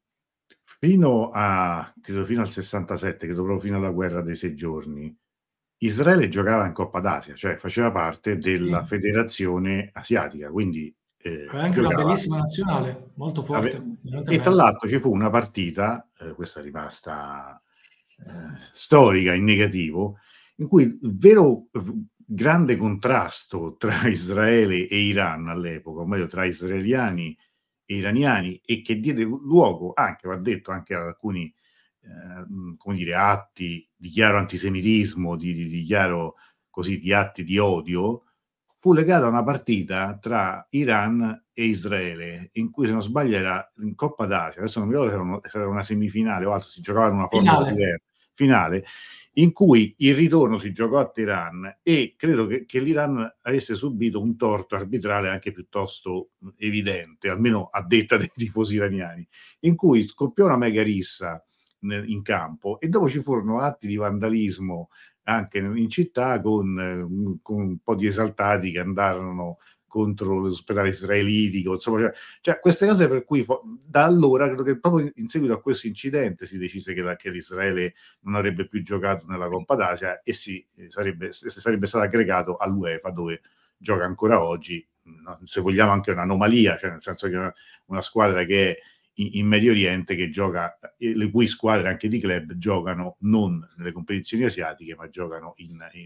Credo fino al 67, credo proprio fino alla guerra dei 6 giorni, Israele giocava in Coppa d'Asia, cioè faceva parte della Sì, federazione asiatica, quindi è anche una giocava. bellissima nazionale, molto Ave- forte, veramente E tra bella. l'altro ci fu una partita, questa è rimasta storica in negativo, in cui il vero grande contrasto tra Israele e Iran all'epoca, o meglio tra israeliani e iraniani, e che diede luogo anche, va detto, anche ad alcuni come dire, atti di chiaro antisemitismo, di chiaro così, di atti di odio, fu legata a una partita tra Iran e Israele, in cui, se non sbaglio, era in Coppa d'Asia, adesso non mi ricordo se era una semifinale o altro, si giocava in una formula Finale. diversa, finale, in cui il ritorno si giocò a Teheran e credo che l'Iran avesse subito un torto arbitrale anche piuttosto evidente, almeno a detta dei tifosi iraniani, in cui scoppiò una mega rissa in campo e dopo ci furono atti di vandalismo anche in città con un po' di esaltati che andarono contro l'ospedale israelitico, insomma, cioè queste cose per cui da allora credo che proprio in seguito a questo incidente si decise che l'Israele non avrebbe più giocato nella Coppa d'Asia e sarebbe stato aggregato all'UEFA, dove gioca ancora oggi, no? Se vogliamo anche un'anomalia, cioè nel senso che una squadra che è in Medio Oriente, che gioca, le cui squadre anche di club giocano non nelle competizioni asiatiche, ma giocano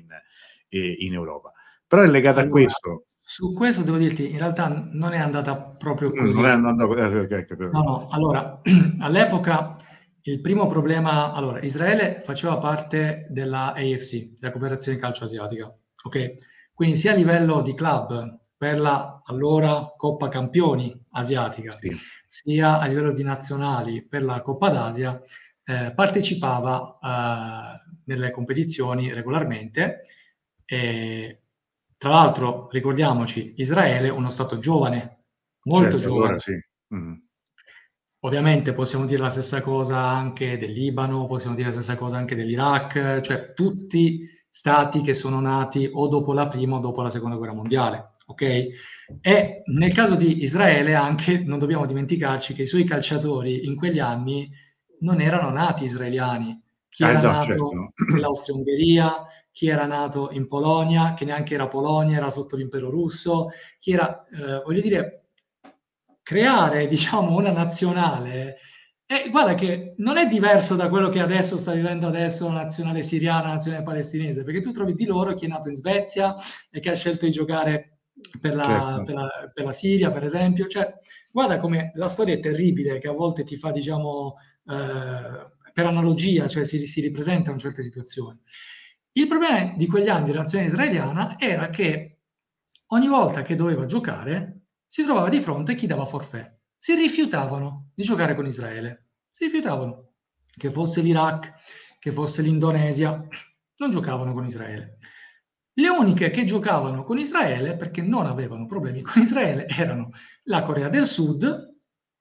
in Europa. Però è legata a Allora, questo. su questo devo dirti, in realtà non è andata proprio Non è così. andato. No, no, allora, all'epoca il primo problema, allora, Israele faceva parte della AFC, della Confederazione Calcio Asiatica, ok? Quindi sia a livello di club per la allora Coppa Campioni asiatica, Sì, sia a livello di nazionali per la Coppa d'Asia, partecipava nelle competizioni regolarmente. E, tra l'altro, ricordiamoci, Israele è uno stato giovane, molto certo, allora giovane. sì. Mm. Ovviamente possiamo dire la stessa cosa anche del Libano, possiamo dire la stessa cosa anche dell'Iraq, cioè tutti stati che sono nati o dopo la prima o dopo la seconda guerra mondiale, ok? E nel caso di Israele anche non dobbiamo dimenticarci che i suoi calciatori in quegli anni non erano nati israeliani. Chi era No, certo, nato no. nell'Austria-Ungheria, chi era nato in Polonia, che neanche era Polonia, era sotto l'impero russo, chi era, voglio dire, creare, diciamo, una nazionale. E guarda che non è diverso da quello che adesso sta vivendo adesso la nazionale siriana, la nazionale palestinese, perché tu trovi di loro chi è nato in Svezia e che ha scelto di giocare Certo. per la Siria, per esempio. Cioè, guarda come la storia è terribile, che a volte ti fa, diciamo, per analogia, cioè si ripresentano certe situazioni. Il problema di quegli anni della nazione israeliana era che ogni volta che doveva giocare si trovava di fronte chi dava forfait. Si rifiutavano di giocare con Israele. Si rifiutavano. Che fosse l'Iraq, che fosse l'Indonesia, non giocavano con Israele. Le uniche che giocavano con Israele, perché non avevano problemi con Israele, erano la Corea del Sud,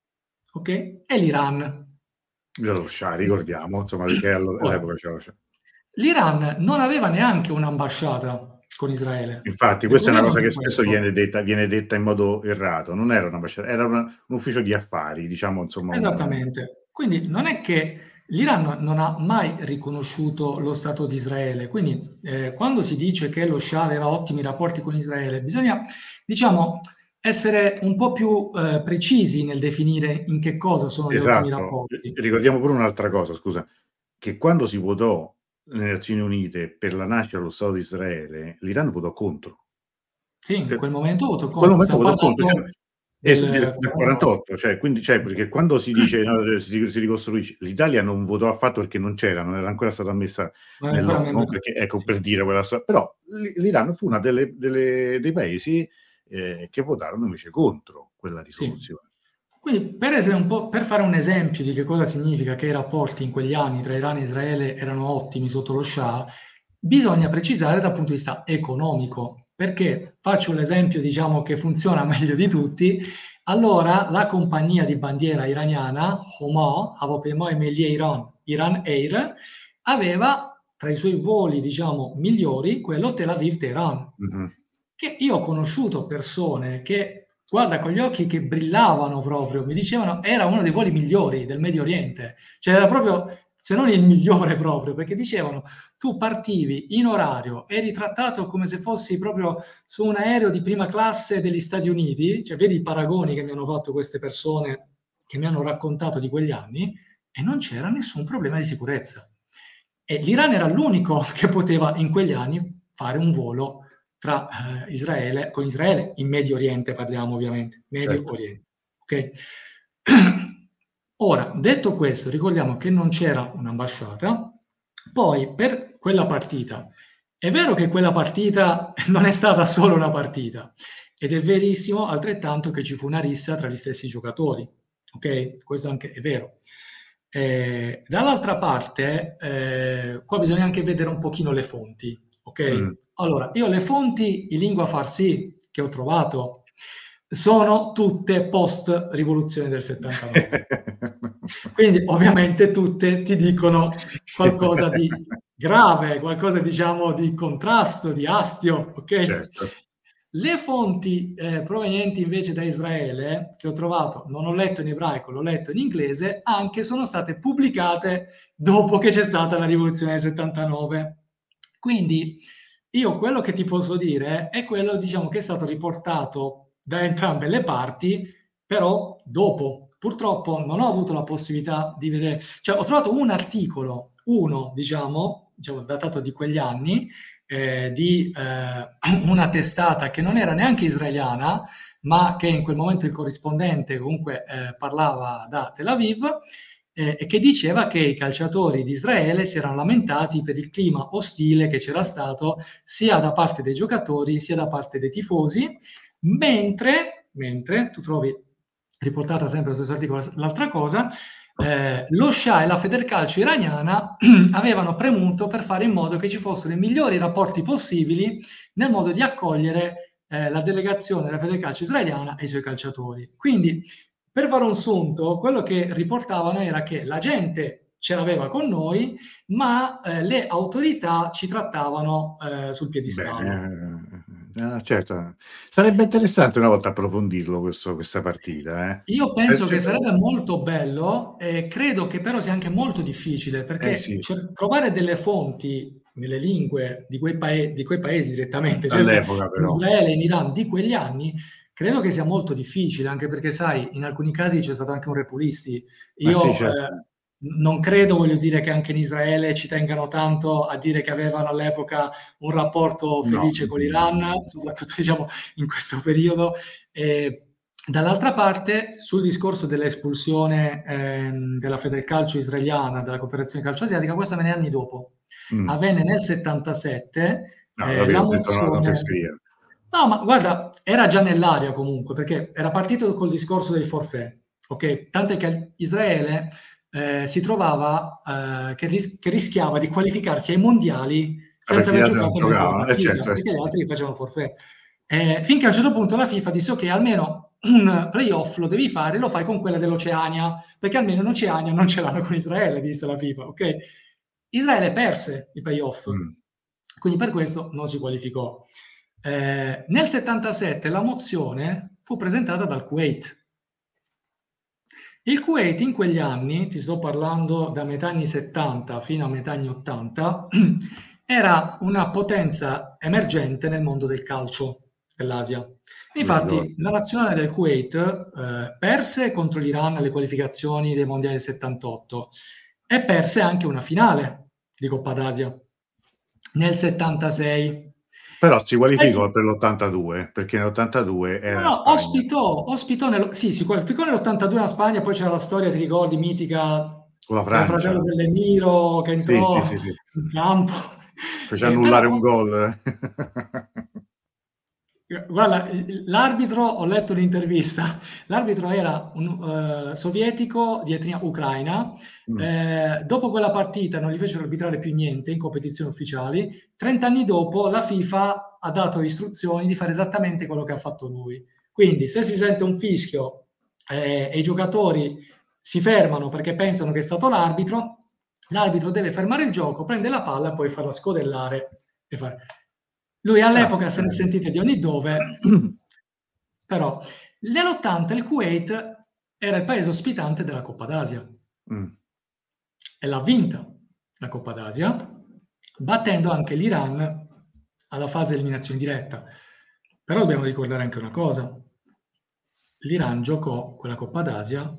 ok? E l'Iran. Dello Shah, ricordiamo, insomma, perché Ora, all'epoca c'era lo Shah. l'Iran non aveva neanche un'ambasciata con Israele. Infatti, questa è una Ricordiamo cosa anche che spesso questo. viene detta in modo errato. Non era un'ambasciata, era un ufficio di affari, diciamo, insomma, Esattamente. Quindi non è che l'Iran non ha mai riconosciuto lo Stato di Israele, quindi quando si dice che lo Shah aveva ottimi rapporti con Israele, bisogna, diciamo, essere un po' più precisi nel definire in che cosa sono gli ottimi esatto. rapporti. Ricordiamo pure un'altra cosa, scusa, che quando si votò nelle Nazioni Unite per la nascita dello Stato di Israele, l'Iran votò contro. Sì, in Cioè, quel momento votò in quel contro. momento Stiamo votò contro, cioè, parlando del del 49. 48, cioè, quindi, cioè, perché quando si dice, no, si ricostruisce, l'Italia non votò affatto perché non c'era, non era ancora stata ammessa Non è ancora nell'ONU, membro. perché, ecco, Sì. per dire quella storia, però l'Iran fu una dei paesi che votarono invece contro quella Sì. risoluzione. Quindi per essere un po', per fare un esempio di che cosa significa che i rapporti in quegli anni tra Iran e Israele erano ottimi sotto lo Shah, bisogna precisare dal punto di vista economico, perché faccio l'esempio, diciamo, che funziona meglio di tutti. Allora la compagnia di bandiera iraniana, Homa, Havapemoy Milliye Iran, Iran Air, aveva tra i suoi voli, diciamo, migliori quello Tel Aviv-Teheran, Mh-mh. che io ho conosciuto persone che, guarda, con gli occhi che brillavano proprio, mi dicevano era uno dei voli migliori del Medio Oriente, cioè era proprio, se non il migliore proprio, perché dicevano tu partivi in orario, eri trattato come se fossi proprio su un aereo di prima classe degli Stati Uniti, cioè vedi i paragoni che mi hanno fatto queste persone che mi hanno raccontato di quegli anni, e non c'era nessun problema di sicurezza. E l'Iran era l'unico che poteva in quegli anni fare un volo tra Israele, con Israele, in Medio Oriente parliamo ovviamente, Medio Certo. Oriente. Okay? Ora, detto questo, ricordiamo che non c'era un'ambasciata, poi per quella partita, è vero che quella partita non è stata solo una partita, ed è verissimo altrettanto che ci fu una rissa tra gli stessi giocatori, ok? Questo anche è vero. Dall'altra parte, qua bisogna anche vedere un pochino le fonti, ok? Mh. Allora, io le fonti in lingua farsi che ho trovato sono tutte post rivoluzione del 79. Quindi ovviamente tutte ti dicono qualcosa di grave, qualcosa diciamo di contrasto, di astio, ok? Certo. Le fonti provenienti invece da Israele, che ho trovato, non ho letto in ebraico, l'ho letto in inglese, anche sono state pubblicate dopo che c'è stata la rivoluzione del 79. Quindi io quello che ti posso dire è quello, diciamo, che è stato riportato da entrambe le parti, però dopo. Purtroppo non ho avuto la possibilità di vedere, cioè ho trovato un articolo, uno, diciamo datato di quegli anni, di una testata che non era neanche israeliana, ma che in quel momento il corrispondente comunque parlava da Tel Aviv, e che diceva che i calciatori di Israele si erano lamentati per il clima ostile che c'era stato sia da parte dei giocatori sia da parte dei tifosi, mentre tu trovi riportata sempre lo stesso articolo l'altra cosa, lo Shah e la Federcalcio iraniana avevano premuto per fare in modo che ci fossero i migliori rapporti possibili nel modo di accogliere la delegazione della Federcalcio israeliana e i suoi calciatori. Quindi, per fare un sunto, quello che riportavano era che la gente ce l'aveva con noi, ma le autorità ci trattavano sul piedistallo. Certo. Sarebbe interessante una volta approfondirlo questa partita, eh. Io Se penso che se sarebbe molto bello e credo che però sia anche molto difficile, eh perché sì, trovare delle fonti nelle lingue di quei paesi direttamente, certo all'epoca in però. Israele e in Iran di quegli anni, credo che sia molto difficile, anche perché sai, in alcuni casi c'è stato anche un repulisti. Ma sì, Io, certo. non credo, voglio dire, che anche in Israele ci tengano tanto a dire che avevano all'epoca un rapporto No, felice con l'Iran, soprattutto diciamo in questo periodo. Ehm, Dall'altra parte, sul discorso dell'espulsione, della Federcalcio israeliana dalla Confederazione Calcio Asiatica, questo avvenne anni dopo. mh. Avvenne nel '77, No, la capito, ho detto una mozione fesseria. no, ma guarda, era già nell'aria comunque, perché era partito col discorso dei forfait, okay, tant'è che Israele, si trovava, che rischiava di qualificarsi ai mondiali senza Perché gli aver altri non giocato neanche una giocavano. partita, Certo. perché gli altri facevano forfait. Finché a un certo punto la FIFA disse: "Okay, almeno un playoff lo devi fare, lo fai con quella dell'Oceania, perché almeno in Oceania non ce l'hanno con Israele", disse la FIFA, okay. Israele perse i playoff, Mh. quindi per questo non si qualificò. Nel 77 la mozione fu presentata dal Kuwait. Il Kuwait in quegli anni, ti sto parlando da metà anni 70 fino a metà anni 80, era una potenza emergente nel mondo del calcio dell'Asia. Mi Infatti, ricordo. la nazionale del Kuwait perse contro l'Iran alle qualificazioni dei mondiali del 78 e perse anche una finale di Coppa d'Asia nel 76. Però si Sai qualificò chi per l'82, perché nell'82 No, era in no, Spagna, ospitò sì, si qualificò nell'82 la Spagna, poi c'era la storia, ti ricordi, mitica con la del fratello Francia. dell'Emiro che Sì, sì, entrò sì, sì. in campo. Fece Però annullare un gol. guarda, l'arbitro, ho letto un'intervista, l'arbitro era un sovietico di etnia ucraina. Mh. Dopo quella partita non gli fecero arbitrare più niente in competizioni ufficiali. 30 anni dopo la FIFA ha dato istruzioni di fare esattamente quello che ha fatto lui. Quindi se si sente un fischio e i giocatori si fermano perché pensano che è stato l'arbitro deve fermare il gioco, prende la palla e poi farla scodellare e fare. Lui Ah, all'epoca se ne sentite di ogni dove, eh. però nell'80 il Kuwait era il paese ospitante della Coppa d'Asia Mh. e l'ha vinta la Coppa d'Asia, battendo anche l'Iran alla fase eliminazione diretta. Però dobbiamo ricordare anche una cosa: l'Iran giocò quella Coppa d'Asia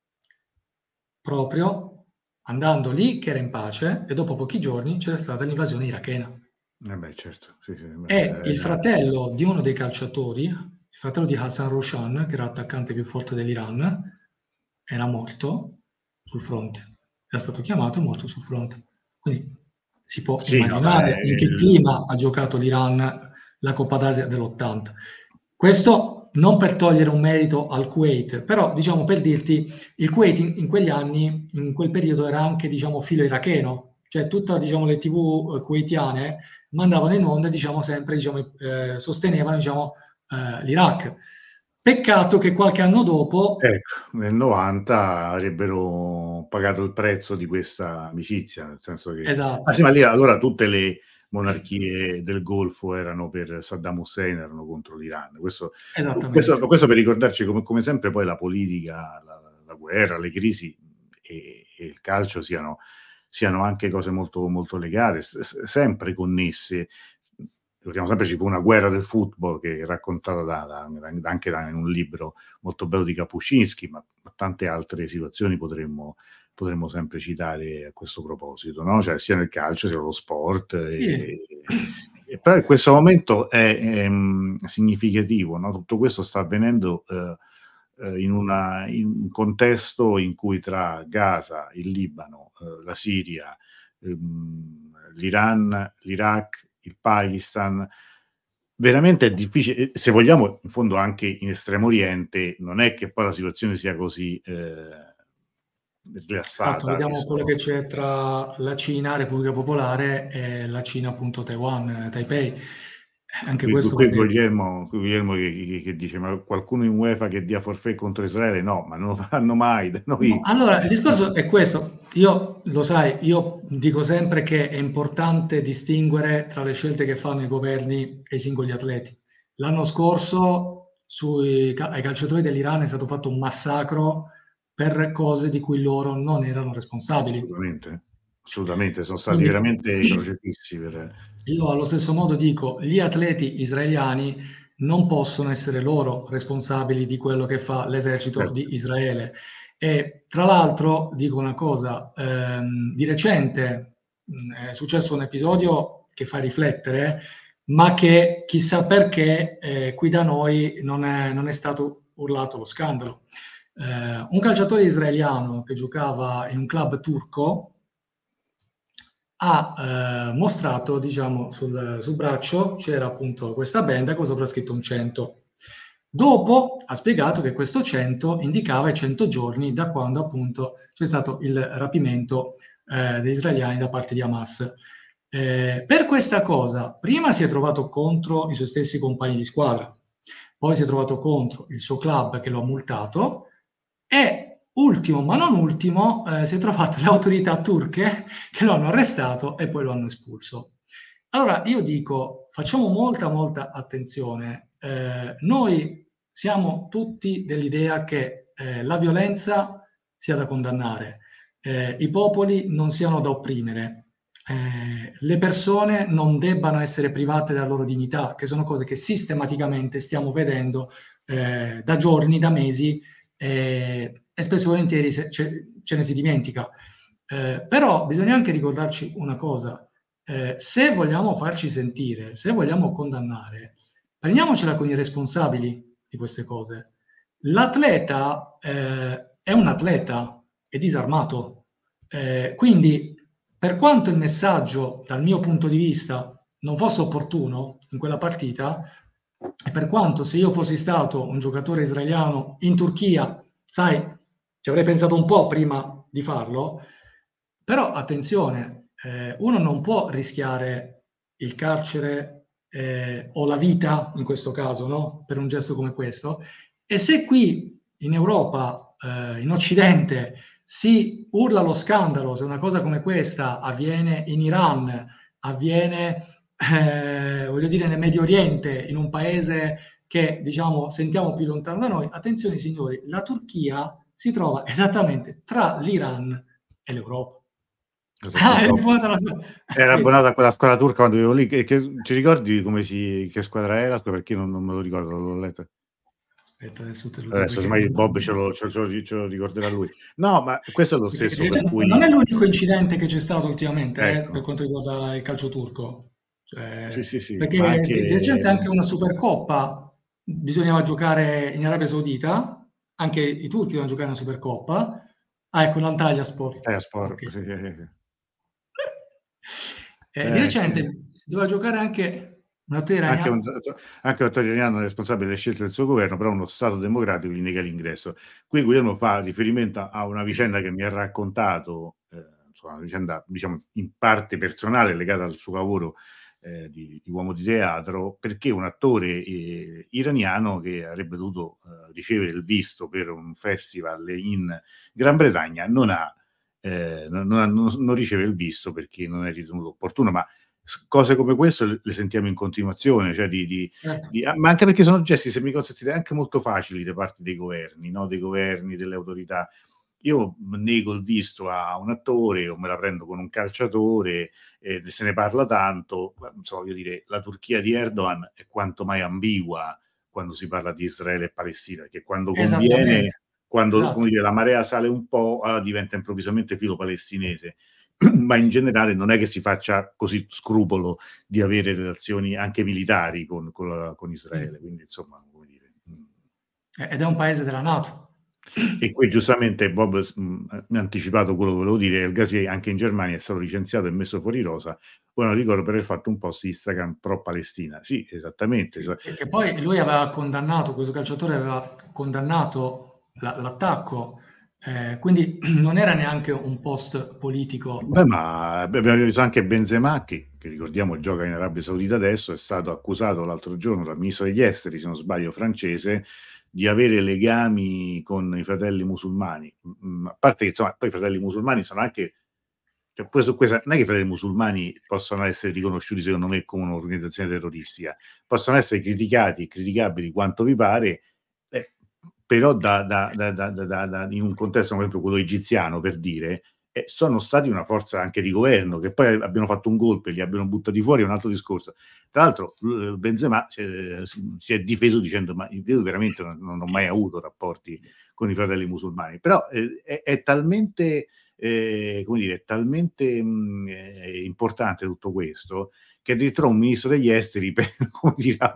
proprio andando lì che era in pace e dopo pochi giorni c'era stata l'invasione irachena. Eh beh, certo. Sì, sì, E il era fratello di uno dei calciatori, il fratello di Hassan Roshan, che era l'attaccante più forte dell'Iran, era morto sul fronte. Era stato chiamato e morto sul fronte. Quindi si può sì, no, beh, immaginare in che clima ha giocato l'Iran la Coppa d'Asia dell'80. Questo non per togliere un merito al Kuwait, però diciamo per dirti, il Kuwait in quegli anni, in quel periodo era anche diciamo filo iracheno, cioè tutte diciamo, le TV kuwaitiane mandavano in onda, diciamo sempre, diciamo, sostenevano diciamo, l'Iraq. Peccato che qualche anno dopo, ecco, nel '90 avrebbero pagato il prezzo di questa amicizia, nel senso che sì, ma esatto, lì allora tutte le monarchie del Golfo erano per Saddam Hussein, erano contro l'Iran. esattamente. Questo per ricordarci come sempre poi la politica, la guerra, le crisi e il calcio siano anche cose molto molto legate, sempre connesse. Ricordiamo sempre ci fu una guerra del football che è raccontata anche in un libro molto bello di Kapuscinski, ma tante altre situazioni potremmo sempre citare a questo proposito, no, cioè sia nel calcio sia nello sport, Sì, e però in questo momento è significativo, no, tutto questo sta avvenendo, in un contesto in cui tra Gaza, il Libano, la Siria, l'Iran, l'Iraq, il Pakistan, veramente è difficile, se vogliamo in fondo anche in Estremo Oriente, non è che poi la situazione sia così, esatto, rilassata, vediamo quello che visto c'è tra la Cina, Repubblica Popolare, e la Cina appunto Taiwan, Taipei. Anche Qui, questo va qui detto. Guglielmo che dice: ma qualcuno in UEFA che dia forfait contro Israele? No, ma non lo faranno mai. Da No, noi allora, il discorso è questo. Io, lo sai, io dico sempre che è importante distinguere tra le scelte che fanno i governi e i singoli atleti. L'anno scorso ai calciatori dell'Iran è stato fatto un massacro per cose di cui loro non erano responsabili. assolutamente, assolutamente, sono stati Quindi veramente crocefissi io allo stesso modo dico, gli atleti israeliani non possono essere loro responsabili di quello che fa l'esercito certo, di Israele. E tra l'altro dico una cosa, di recente è successo un episodio che fa riflettere, ma che chissà perché qui da noi non è stato urlato lo scandalo. Un calciatore israeliano che giocava in un club turco ha mostrato, diciamo, sul braccio c'era appunto questa benda con sopra scritto un 100. Dopo ha spiegato che questo 100 indicava i 100 giorni da quando appunto c'è stato il rapimento degli israeliani da parte di Hamas. Per questa cosa, prima si è trovato contro i suoi stessi compagni di squadra, poi si è trovato contro il suo club che lo ha multato e ultimo, ma non ultimo, si è trovato le autorità turche che lo hanno arrestato e poi lo hanno espulso. Allora io dico, facciamo molta attenzione. Noi siamo tutti dell'idea che la violenza sia da condannare, i popoli non siano da opprimere, le persone non debbano essere private della loro dignità, che sono cose che sistematicamente stiamo vedendo da giorni, da mesi, e spesso e volentieri ce ne si dimentica. Però bisogna anche ricordarci una cosa, se vogliamo farci sentire, se vogliamo condannare, prendiamocela con i responsabili di queste cose. L'atleta è un atleta, è disarmato. Quindi, per quanto il messaggio, dal mio punto di vista, non fosse opportuno in quella partita, e per quanto se io fossi stato un giocatore israeliano in Turchia, sai, ci avrei pensato un po' prima di farlo, però attenzione, uno non può rischiare il carcere o la vita, in questo caso, no? Per un gesto come questo. E se qui in Europa, in Occidente, si urla lo scandalo se una cosa come questa avviene in Iran, avviene, voglio dire, nel Medio Oriente, in un paese che, diciamo, sentiamo più lontano da noi, attenzione signori, la Turchia si trova esattamente tra l'Iran e l'Europa. esatto, Ah, è bravo. buona la sua. Era Vedi? abbonata a quella squadra turca quando vivevo lì. Ci ricordi che squadra era? Perché non me lo ricordo, l'ho letto. Aspetta, adesso te lo dico Adesso, perché semmai Bob ce lo ricorderà lui. No, ma questo è lo perché stesso per non cui, è l'unico incidente che c'è stato ultimamente, per ecco, quanto riguarda il calcio turco. sì, Cioè, sì, sì, ma perché di recente anche, anche una Supercoppa bisognava giocare in Arabia Saudita, anche i turchi devono giocare una Supercoppa. Ah, ecco, l'Antalyaspor. sport, Ok. sì, sì, sì, sì. Di Sì. recente si doveva giocare anche una Anche un, Terania. anche un italiano è responsabile delle scelte del suo governo, però uno Stato democratico gli nega l'ingresso. Qui Guglielmo fa riferimento a una vicenda che mi ha raccontato, insomma, una vicenda diciamo in parte personale legata al suo lavoro di uomo di teatro, perché un attore iraniano che avrebbe dovuto ricevere il visto per un festival in Gran Bretagna non riceve il visto perché non è ritenuto opportuno, ma cose come questo le sentiamo in continuazione, cioè Certo. ma anche perché sono gesti, se mi consentite, anche molto facili da parte dei governi, no? Dei governi, delle autorità. Io nego il visto a un attore o me la prendo con un calciatore, se ne parla tanto, non so, io dire, la Turchia di Erdogan è quanto mai ambigua quando si parla di Israele e Palestina, perché quando conviene, Esattamente. quando come Esatto. dire, la marea sale un po', allora diventa improvvisamente filo palestinese. Ma in generale non è che si faccia così scrupolo di avere relazioni anche militari con Sì. Israele, quindi insomma, come dire. Ed è un paese della NATO. E qui giustamente Bob mi ha anticipato quello che volevo dire, El Ghazi anche in Germania è stato licenziato e messo fuori rosa, poi non ricordo per aver fatto un post Instagram pro Palestina. Sì, esattamente. Sì, che poi lui aveva condannato, questo calciatore aveva condannato l'attacco, quindi non era neanche un post politico. Beh, ma abbiamo visto anche Benzema che che ricordiamo gioca in Arabia Saudita adesso, è stato accusato l'altro giorno dal ministro degli esteri, se non sbaglio francese, di avere legami con i fratelli musulmani. A parte che insomma, poi i fratelli musulmani sono anche, cioè pure su questa, non è che i fratelli musulmani possono essere riconosciuti secondo me come un'organizzazione terroristica, possono essere criticati e criticabili quanto vi pare, però in un contesto come quello egiziano, per dire, sono stati una forza anche di governo, che poi abbiano fatto un golpe e li abbiano buttati fuori è un altro discorso. Tra l'altro Benzema si è difeso dicendo ma io veramente non ho mai avuto rapporti con i fratelli musulmani, però è talmente come dire, è talmente importante tutto questo che addirittura un ministro degli esteri come dire, ha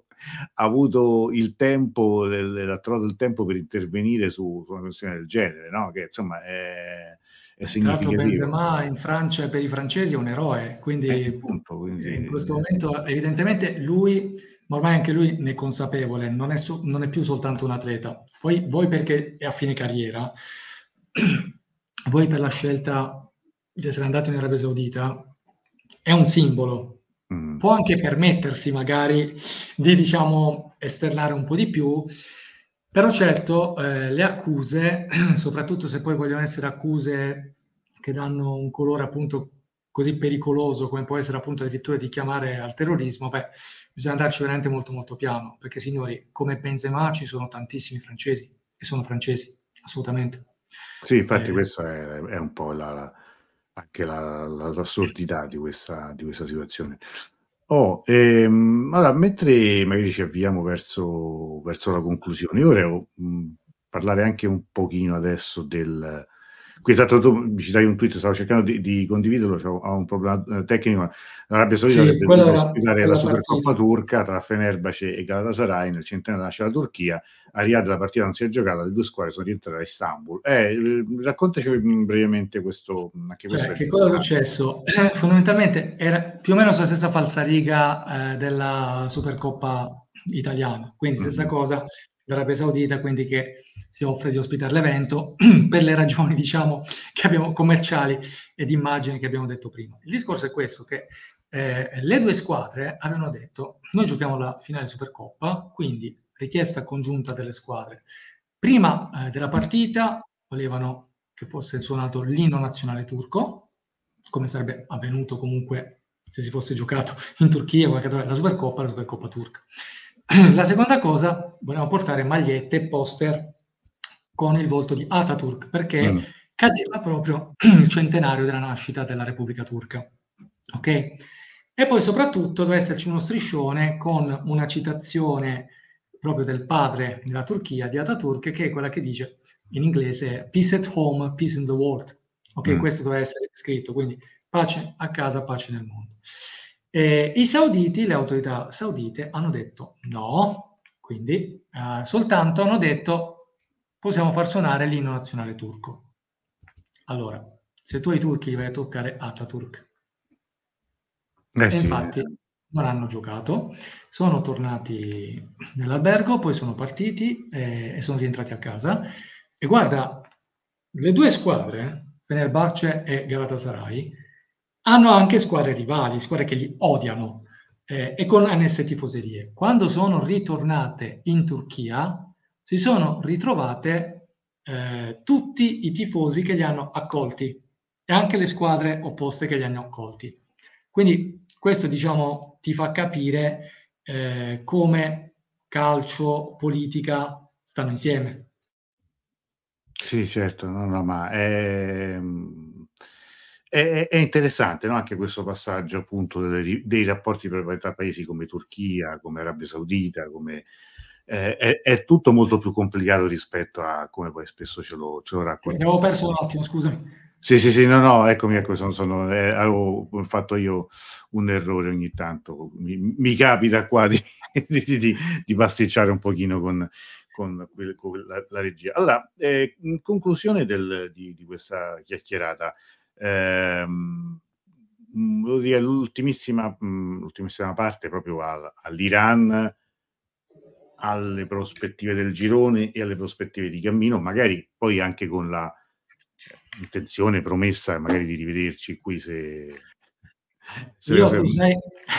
avuto il tempo, ha trovato il tempo per intervenire su una questione del genere, no? Che insomma è Tra l'altro significativo. Benzema in Francia per i francesi è un eroe, quindi Appunto, in quindi, questo momento evidentemente lui, ma ormai anche lui ne è consapevole, non è più soltanto un atleta. Poi voi perché è a fine carriera, voi per la scelta di essere andato in Arabia Saudita, è un simbolo. mm, Può anche permettersi magari di, diciamo, esternare un po' di più, però certo, le accuse, soprattutto se poi vogliono essere accuse che danno un colore appunto così pericoloso come può essere appunto addirittura di chiamare al terrorismo, beh, bisogna andarci veramente molto molto piano, perché signori, come Benzema ci sono tantissimi francesi e sono francesi, assolutamente. sì, infatti Eh, questo è un po' anche l'assurdità di questa situazione. Allora, mentre magari ci avviamo verso la conclusione, io vorrei parlare anche un pochino adesso qui tra l'altro tu mi citavi un tweet, stavo cercando di condividerlo, ho un problema tecnico. L'Arabia Saudita sì, avrebbe dovuto quella ospitare era la la Supercoppa partita. turca tra Fenerbahce e Galatasaray nel centenario della nascita della Turchia. A Riyadh la partita non si è giocata, le due squadre sono rientrate a Istanbul. Raccontaci brevemente anche questo Cioè, è che cosa è interessante. successo? Fondamentalmente era più o meno sulla stessa falsariga della Supercoppa italiana, quindi stessa Mhm. cosa l'Arabia Saudita, quindi che si offre di ospitare l'evento per le ragioni, diciamo, che abbiamo commerciali e di immagine che abbiamo detto prima. Il discorso è questo, che le due squadre avevano detto noi giochiamo la finale Supercoppa, quindi richiesta congiunta delle squadre. Prima della partita volevano che fosse suonato l'inno nazionale turco, come sarebbe avvenuto comunque se si fosse giocato in Turchia, la Supercoppa turca. La seconda cosa, volevamo portare magliette e poster con il volto di Ataturk, perché Mm. cadeva proprio il centenario della nascita della Repubblica Turca. Ok? E poi soprattutto deve esserci uno striscione con una citazione proprio del padre della Turchia, di Ataturk, che è quella che dice in inglese peace at home, peace in the world. Ok, Mm. questo deve essere scritto, quindi pace a casa, pace nel mondo. I sauditi, le autorità saudite hanno detto no, quindi soltanto hanno detto possiamo far suonare l'inno nazionale turco. Allora, se tu ai turchi li vai a toccare Ataturk, e Sì, infatti non hanno giocato, sono tornati nell'albergo, poi sono partiti e sono rientrati a casa. E guarda, le due squadre, Fenerbahce e Galatasaray, hanno anche squadre rivali, squadre che li odiano e con annesse tifoserie. Quando sono ritornate in Turchia, si sono ritrovate tutti i tifosi che li hanno accolti e anche le squadre opposte che li hanno accolti. Quindi questo, diciamo, ti fa capire come calcio, politica stanno insieme. sì, certo, no, no, ma è interessante, no, anche questo passaggio appunto dei rapporti tra paesi come Turchia, come Arabia Saudita, come è tutto molto più complicato rispetto a come poi spesso ce lo Ti raccontiamo. avevo perso un attimo, scusami. Sì, sì, sì, no, no, eccomi, ecco, avevo fatto io un errore ogni tanto. Mi capita qua di pasticciare un pochino con la regia. Allora, in conclusione di questa chiacchierata, volevo dire l'ultimissima parte proprio all'Iran, alle prospettive del girone e alle prospettive di cammino, magari poi anche con la intenzione, promessa magari di rivederci qui Tu sai,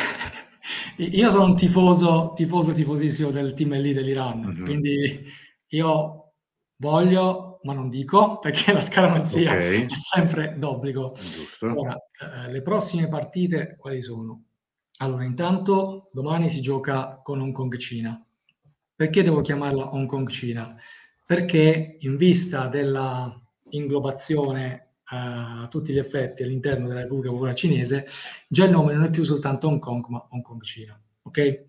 io sono un tifosissimo del team lì dell'Iran, Mhm. quindi io voglio, ma non dico, perché la Ok, scaramanzia è sempre d'obbligo. giusto. Ora, le prossime partite quali sono? Allora, intanto domani si gioca con Hong Kong-Cina. Perché devo chiamarla Hong Kong-Cina? Perché in vista della inglobazione a tutti gli effetti all'interno della Repubblica Popolare Cinese, già il nome non è più soltanto Hong Kong, ma Hong Kong-Cina. Ok?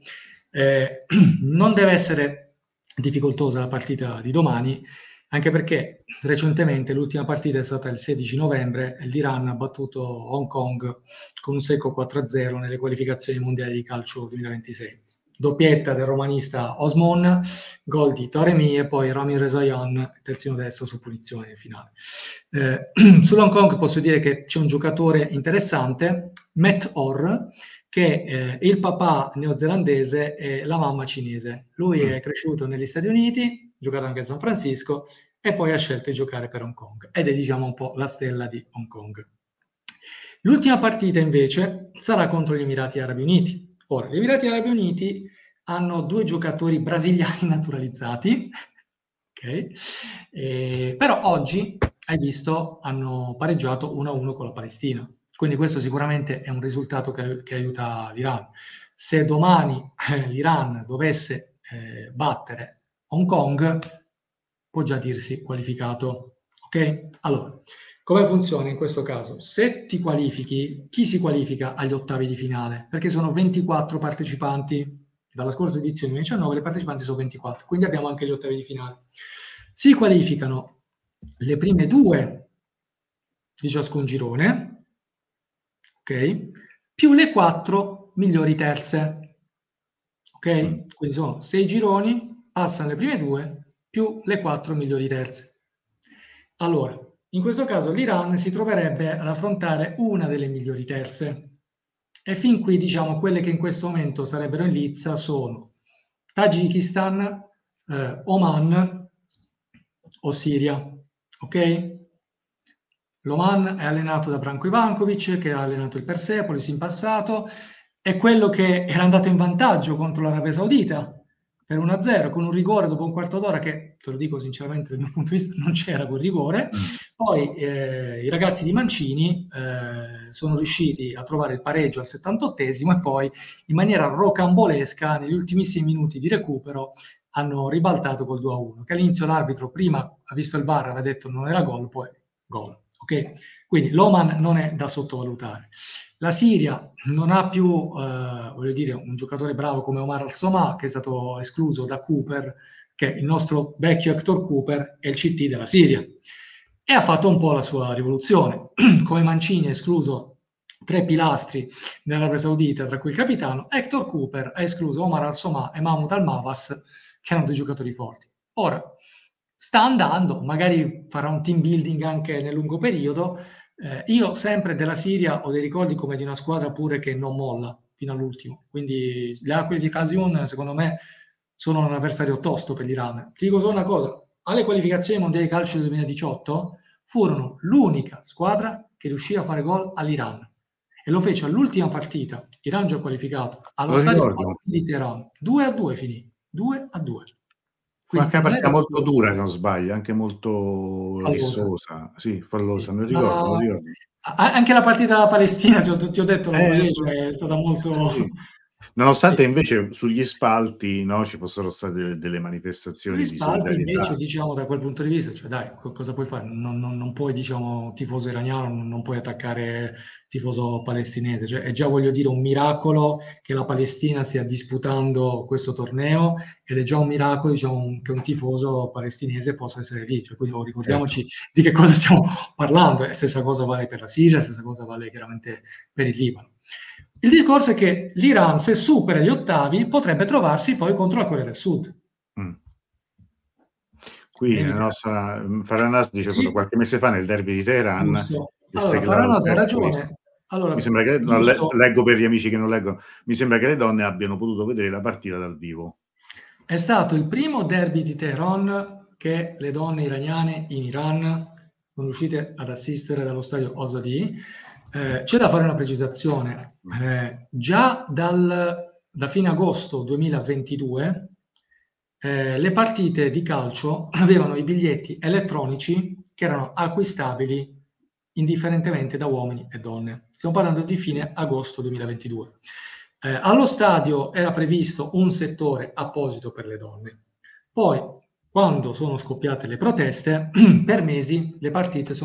Non deve essere difficoltosa la partita di domani, anche perché recentemente l'ultima partita è stata il 16 novembre e l'Iran ha battuto Hong Kong con un secco 4-0 nelle qualificazioni mondiali di calcio 2026. Doppietta del romanista Osmon, gol di Taremi e poi Rami Rezayan, terzino destro su punizione nel finale. Sull'Hong Kong posso dire che c'è un giocatore interessante, Matt Orr, che il papà neozelandese e la mamma cinese. Lui è cresciuto negli Stati Uniti, ha giocato anche a San Francisco e poi ha scelto di giocare per Hong Kong ed è diciamo un po' la stella di Hong Kong. L'ultima partita invece sarà contro gli Emirati Arabi Uniti. Ora, gli Emirati Arabi Uniti hanno 2 giocatori brasiliani naturalizzati, ok? Però oggi, hai visto, hanno pareggiato 1-1 con la Palestina. Quindi questo sicuramente è un risultato che aiuta l'Iran. Se domani l'Iran dovesse battere Hong Kong, può già dirsi qualificato. Ok? Allora, come funziona in questo caso? Se ti qualifichi, chi si qualifica agli ottavi di finale? Perché sono 24 partecipanti. Dalla scorsa edizione 2019 le partecipanti sono 24, quindi abbiamo anche gli ottavi di finale. Si qualificano le prime 2 di ciascun girone, ok? Più le 4 migliori terze, ok? Quindi sono 6 gironi, passano le prime 2 più le 4 migliori terze. Allora, in questo caso l'Iran si troverebbe ad affrontare una delle migliori terze. E fin qui, diciamo, quelle che in questo momento sarebbero in lizza sono Tagikistan, Oman o Siria. Ok? L'Oman è allenato da Branko Ivankovic, che ha allenato il Persepolis in passato, è quello che era andato in vantaggio contro l'Arabia Saudita per 1-0 con un rigore dopo un quarto d'ora che, te lo dico sinceramente dal mio punto di vista, non c'era quel rigore. Poi i ragazzi di Mancini sono riusciti a trovare il pareggio al 78esimo e poi in maniera rocambolesca negli ultimissimi minuti di recupero hanno ribaltato col 2-1, che all'inizio l'arbitro prima ha visto il VAR, aveva detto non era gol, poi gol. Okay? Quindi l'Oman non è da sottovalutare. La Siria non ha più voglio dire, un giocatore bravo come Omar Al-Somà, che è stato escluso da Cooper, che è il nostro vecchio Hector Cooper, è il CT della Siria. E ha fatto un po' la sua rivoluzione. Come Mancini ha escluso 3 pilastri dell'Arabia Saudita, tra cui il capitano, Hector Cooper ha escluso Omar Al-Somà e Mahmoud Al-Mavas, che erano 2 giocatori forti. Ora, sta andando, magari farà un team building anche nel lungo periodo. Io sempre della Siria ho dei ricordi come di una squadra pure che non molla fino all'ultimo, quindi le acque di Casion secondo me sono un avversario tosto per l'Iran. Ti dico solo una cosa, alle qualificazioni mondiali di calcio del 2018 furono l'unica squadra che riuscì a fare gol all'Iran e lo fece all'ultima partita, Iran già qualificato, allo Lo stadio ricordo. di Teheran, 2-2 finì, 2-2. Fu anche Quindi una non è partita da molto dura, se sottovalutare. non sbaglio, anche molto Fallosa. rissosa. Sì, fallosa, Sì. me lo ricordo, me Ma lo ricordo. anche la partita della Palestina, ti ho detto l'altro ieri, No, cioè, è stata molto... sì. Nonostante Sì. invece sugli spalti, no, ci fossero state delle Sugli manifestazioni di spalti invece, solidarietà. diciamo, da quel punto di vista, cioè dai, cosa puoi fare? Non puoi, diciamo, tifoso iraniano, non puoi attaccare tifoso palestinese. Cioè, è già, voglio dire, un miracolo che la Palestina stia disputando questo torneo ed è già un miracolo, diciamo, che un tifoso palestinese possa essere lì. Cioè, quindi Certo. ricordiamoci di che cosa stiamo parlando. E stessa cosa vale per la Siria, stessa cosa vale chiaramente per il Libano. Il discorso è che l'Iran, se supera gli ottavi, potrebbe trovarsi poi contro la Corea del Sud. Mm. Qui E la l'Iran. nostra Faranas dice Sì, qualche mese fa nel derby di Teheran giusto. il Allora, seglato Faranosa ha Persepolis. ragione. Mi Allora, sembra che, no, giusto, leggo per gli amici che non leggono, mi sembra che le donne abbiano potuto vedere la partita dal vivo. è stato il primo derby di Teheran che le donne iraniane in Iran sono riuscite ad assistere dallo stadio Osadi. C'è da fare una precisazione. Già da fine agosto 2022 le partite di calcio avevano i biglietti elettronici che erano acquistabili indifferentemente da uomini e donne. Stiamo parlando di fine agosto 2022. Allo stadio era previsto un settore apposito per le donne. Poi, quando sono scoppiate le proteste, per mesi le partite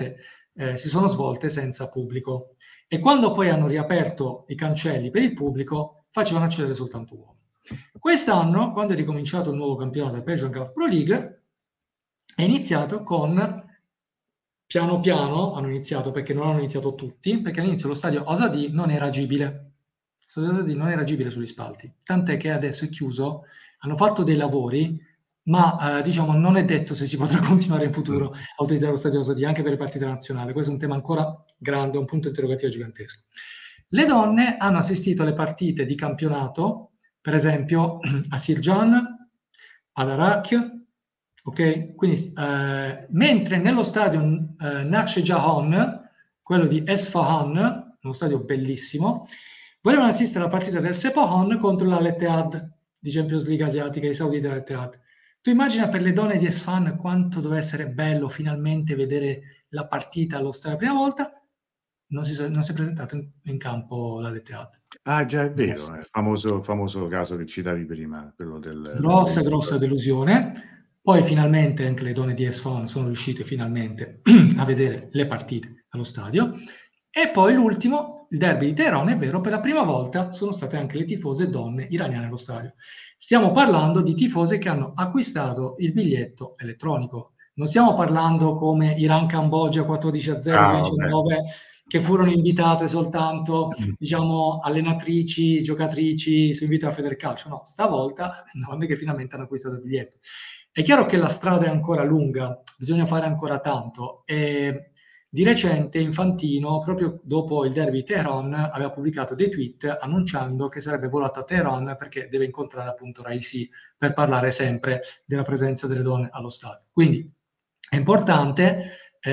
si sono svolte senza pubblico, e quando poi hanno riaperto i cancelli per il pubblico facevano accedere soltanto uomini. Quest'anno, quando è ricominciato il nuovo campionato del Persian Gulf Pro League, è iniziato con, piano piano hanno iniziato, perché non hanno iniziato tutti, perché all'inizio lo stadio Osadì non era agibile. Lo stadio Osadì non era agibile sugli spalti, tant'è che adesso è chiuso, hanno fatto dei lavori, ma diciamo non è detto se si potrà continuare in futuro a utilizzare lo stadio Osadì anche per le partite nazionali. Questo è un tema ancora grande, un punto interrogativo gigantesco. Le donne hanno assistito alle partite di campionato, per esempio a Sirjan, ad Arak, ok? Quindi, mentre nello stadio Nakhche Jahon, quello di Esfahan, uno stadio bellissimo, volevano assistere alla partita del Sepahan contro l'Al-Ittihad di Champions League asiatica, i sauditi dell'Al-Ittihad. Tu immagina per le donne di Esfahan quanto deve essere bello finalmente vedere la partita allo stadio la prima volta. Non si è presentato in campo l'Al-Ittihad. Ah, già è vero, il famoso caso che citavi prima, quello Grossa delusione. Poi finalmente anche le donne di Esfahan sono riuscite finalmente a vedere le partite allo stadio. E poi l'ultimo, il derby di Teheran, è vero, per la prima volta sono state anche le tifose donne iraniane allo stadio. Stiamo parlando di tifose che hanno acquistato il biglietto elettronico. Non stiamo parlando come Iran-Cambogia 14-0 2019, che furono invitate soltanto, diciamo, allenatrici, giocatrici su invito a Federcalcio. No, stavolta donne che finalmente hanno acquistato il biglietto. È chiaro che la strada è ancora lunga, bisogna fare ancora tanto, e di recente Infantino, proprio dopo il derby di Teheran, aveva pubblicato dei tweet annunciando che sarebbe volato a Teheran perché deve incontrare appunto Raisi per parlare sempre della presenza delle donne allo stadio. Quindi è importante,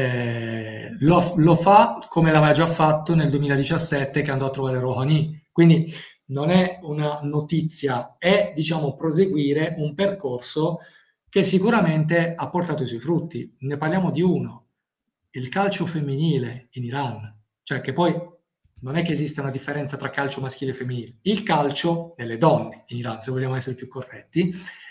lo fa come l'aveva già fatto nel 2017 che andò a trovare Rouhani. Quindi non è una notizia, è diciamo proseguire un percorso che sicuramente ha portato i suoi frutti. Ne parliamo di uno, il calcio femminile in Iran, cioè che poi non è che esista una differenza tra calcio maschile e femminile, il calcio delle donne in Iran, se vogliamo essere più corretti.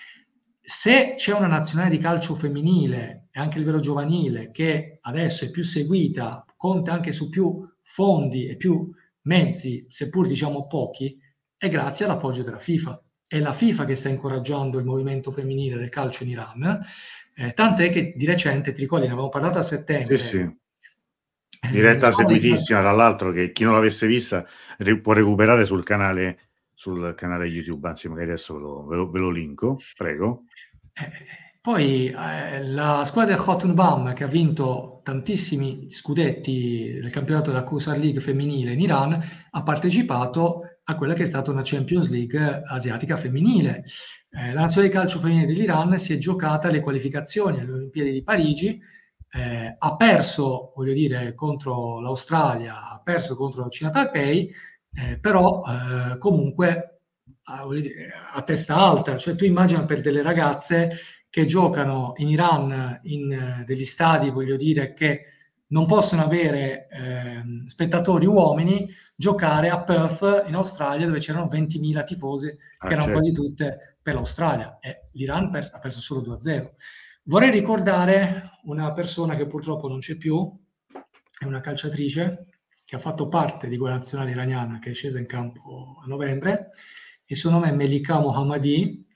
Se c'è una nazionale di calcio femminile e anche a livello giovanile che adesso è più seguita, conta anche su più fondi e più mezzi, seppur diciamo pochi, è grazie all'appoggio della FIFA. È la FIFA che sta incoraggiando il movimento femminile del calcio in Iran, tant'è che di recente, ti ricordi, ne avevamo parlato a settembre. Sì. Diretta seguitissima, tra l'altro, che chi non l'avesse vista può recuperare sul canale YouTube, anzi magari adesso ve lo linko, prego. Poi la squadra del Khotun che ha vinto tantissimi scudetti del campionato della Kusar League femminile in Iran ha partecipato a quella che è stata una Champions League asiatica femminile. La nazionale di calcio femminile dell'Iran si è giocata le qualificazioni alle Olimpiadi di Parigi, ha perso, voglio dire, contro l'Australia, ha perso contro la Cina Taipei, però comunque a testa alta, cioè tu immagina per delle ragazze che giocano in Iran in degli stadi, voglio dire, che non possono avere spettatori uomini, giocare a Perth in Australia dove c'erano 20.000 tifose che erano quasi tutte per l'Australia, e l'Iran ha perso solo 2-0. Vorrei ricordare una persona che purtroppo non c'è più, è una calciatrice che ha fatto parte di quella nazionale iraniana che è scesa in campo a novembre. Il suo nome è Melika Mohammadi.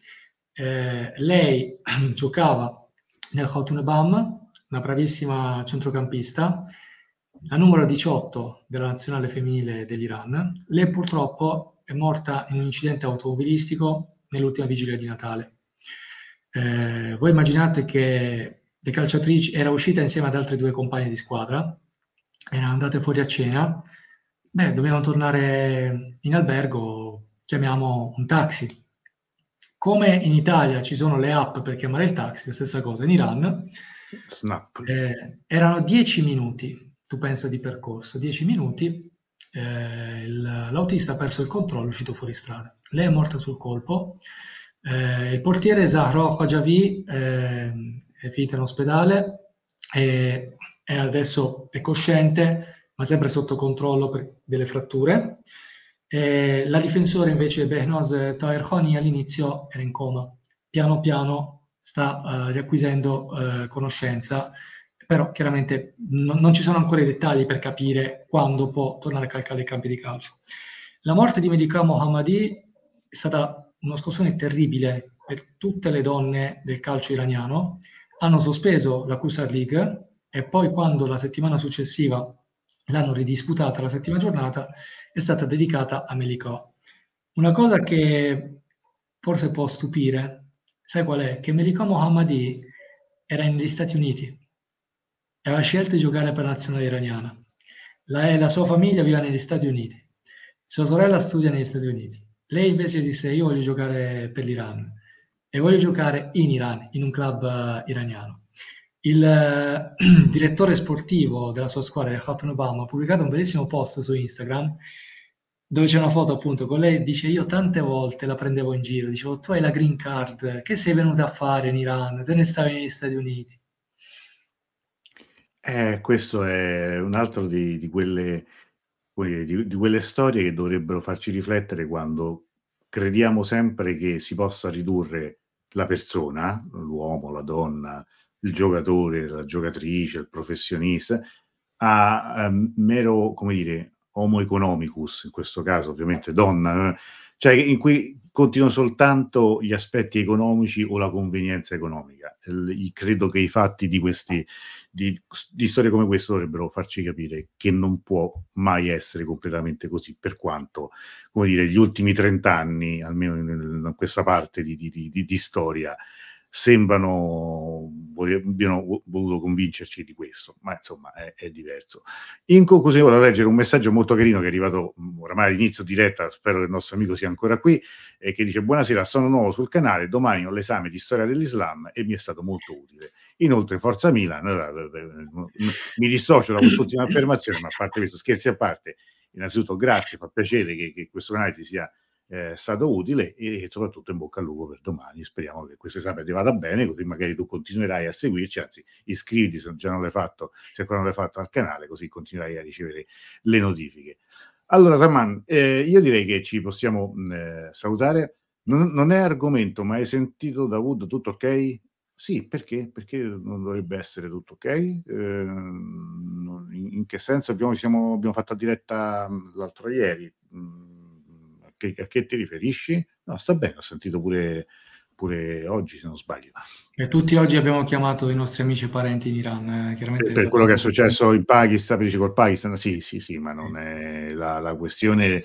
Lei giocava nel Khotun una bravissima centrocampista, la numero 18 della nazionale femminile dell'Iran. Lei purtroppo è morta in un incidente automobilistico nell'ultima vigilia di Natale. Voi immaginate che le calciatrici era uscita insieme ad altre due compagne di squadra, erano andate fuori a cena, dovevano tornare in albergo, chiamiamo un taxi. Come in Italia ci sono le app per chiamare il taxi, la stessa cosa in Iran. Snap. Erano 10 minuti Tu pensa di percorso, 10 minuti, l'autista ha perso il controllo, è uscito fuori strada. Lei è morta sul colpo. Il portiere Zahro Khajavi è finito in ospedale e adesso è cosciente, ma sempre sotto controllo per delle fratture. La difensore invece Behnaz Tahirkhani all'inizio era in coma, piano piano sta riacquisendo conoscenza, però chiaramente non ci sono ancora i dettagli per capire quando può tornare a calcare i campi di calcio. La morte di Melika Mohammadi è stata uno scossone terribile per tutte le donne del calcio iraniano. Hanno sospeso la Qusar League e poi quando la settimana successiva l'hanno ridisputata la settima giornata è stata dedicata a Melikò. Una cosa che forse può stupire, sai qual è? Che Melikò Mohammadi era negli Stati Uniti e aveva scelto di giocare per la nazionale iraniana. La sua famiglia vive negli Stati Uniti, sua sorella studia negli Stati Uniti. Lei invece disse: Io voglio giocare per l'Iran e voglio giocare in Iran, in un club iraniano. Il direttore sportivo della sua squadra, Cotton Obama, ha pubblicato un bellissimo post su Instagram dove c'è una foto appunto con lei. Dice: Io tante volte la prendevo in giro, dicevo: Tu hai la green card, che sei venuta a fare in Iran? Te ne stavi negli Stati Uniti. Questo è un altro di quelle, come dire, di quelle storie che dovrebbero farci riflettere quando crediamo sempre che si possa ridurre la persona, l'uomo, la donna, il giocatore, la giocatrice, il professionista, a mero, come dire, homo economicus, in questo caso ovviamente donna, cioè in cui continuano soltanto gli aspetti economici o la convenienza economica. Credo che i fatti di questi di storie come queste dovrebbero farci capire che non può mai essere completamente così, per quanto, come dire, gli ultimi 30 anni, almeno in questa parte di storia, sembrano abbiano voluto convincerci di questo, ma insomma è diverso. In conclusione volevo leggere un messaggio molto carino che è arrivato oramai all'inizio diretta, spero che il nostro amico sia ancora qui, che dice: buonasera, sono nuovo sul canale, domani ho l'esame di storia dell'Islam e mi è stato molto utile. Inoltre Forza Milan, mi dissocio da quest'ultima affermazione, ma a parte questo, scherzi a parte, innanzitutto grazie, fa piacere che questo canale ti sia stato utile e soprattutto in bocca al lupo per domani. Speriamo che questo esame ti vada bene, così magari tu continuerai a seguirci, anzi iscriviti se già non l'hai fatto, se ancora non l'hai fatto al canale, così continuerai a ricevere le notifiche. Allora Raman, io direi che ci possiamo salutare. Non è argomento, ma hai sentito da Wood tutto ok? Sì, perché? Perché non dovrebbe essere tutto ok? In che senso? Abbiamo fatto a diretta l'altro ieri. A che ti riferisci? No, sta bene, ho sentito pure oggi, se non sbaglio. E tutti oggi abbiamo chiamato i nostri amici e parenti in Iran, chiaramente è Per stata quello che è una... successo in Pakistan, dici col Pakistan, sì, ma non è la questione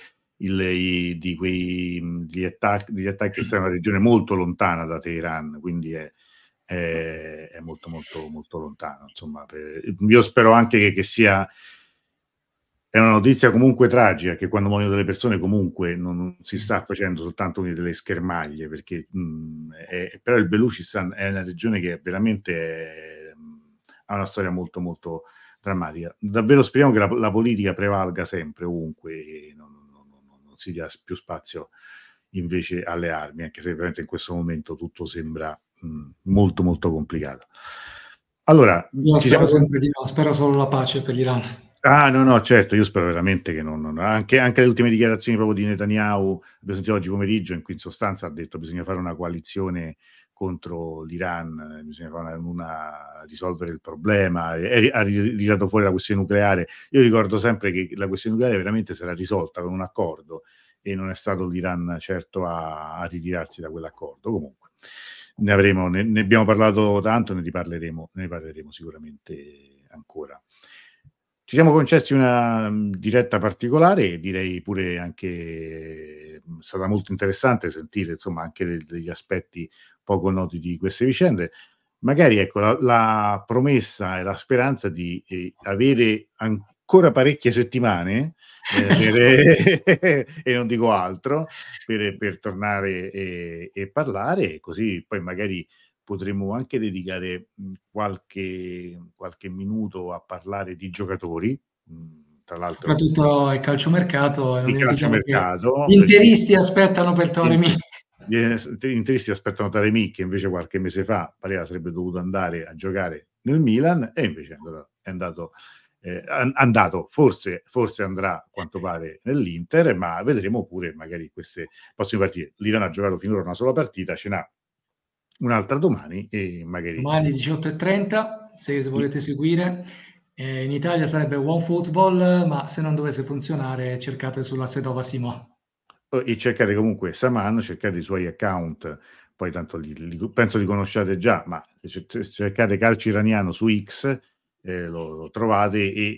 degli attacchi esterni, una regione molto lontana da Teheran, quindi è molto molto molto lontano. Insomma, io spero anche che sia. È una notizia comunque tragica, che quando muoiono delle persone comunque non si sta facendo soltanto delle schermaglie, perché però il Belucistan è una regione che veramente ha una storia molto molto drammatica. Davvero speriamo che la politica prevalga sempre ovunque e non si dia più spazio invece alle armi, anche se veramente in questo momento tutto sembra molto molto complicato. Allora, Io ci spero siamo. sempre di no, spero solo la pace per l'Iran. Ah, no, certo, io spero veramente che anche le ultime dichiarazioni proprio di Netanyahu, abbiamo sentito oggi pomeriggio, in cui in sostanza ha detto che bisogna fare una coalizione contro l'Iran, bisogna fare risolvere il problema, ha tirato fuori la questione nucleare. Io ricordo sempre che la questione nucleare veramente sarà risolta con un accordo e non è stato l'Iran certo a ritirarsi da quell'accordo. Comunque, ne abbiamo parlato tanto, ne riparleremo sicuramente ancora. Ci siamo concessi una diretta particolare, direi pure anche stata molto interessante sentire insomma anche degli aspetti poco noti di queste vicende. Magari ecco la promessa e la speranza di avere ancora parecchie settimane e non dico altro per tornare e parlare, e così poi magari potremmo anche dedicare qualche minuto a parlare di giocatori, tra l'altro Soprattutto il calciomercato, e non di dimentichiamo che calciomercato, gli interisti aspettano per gli Taremi. gli interisti aspettano Taremi, che invece qualche mese fa pareva sarebbe dovuto andare a giocare nel Milan, e invece è andato, forse andrà a quanto pare nell'Inter, ma vedremo pure magari queste prossime partite. L'Iran ha giocato finora una sola partita, ce n'ha un'altra domani e magari Domani 18:30, se volete seguire. In Italia sarebbe OneFootball, ma se non dovesse funzionare cercate sulla Sedova Simo. e cercate comunque Saman, cercate i suoi account, poi tanto penso li conosciate già, ma cercate Calcio Iraniano su X, lo trovate, e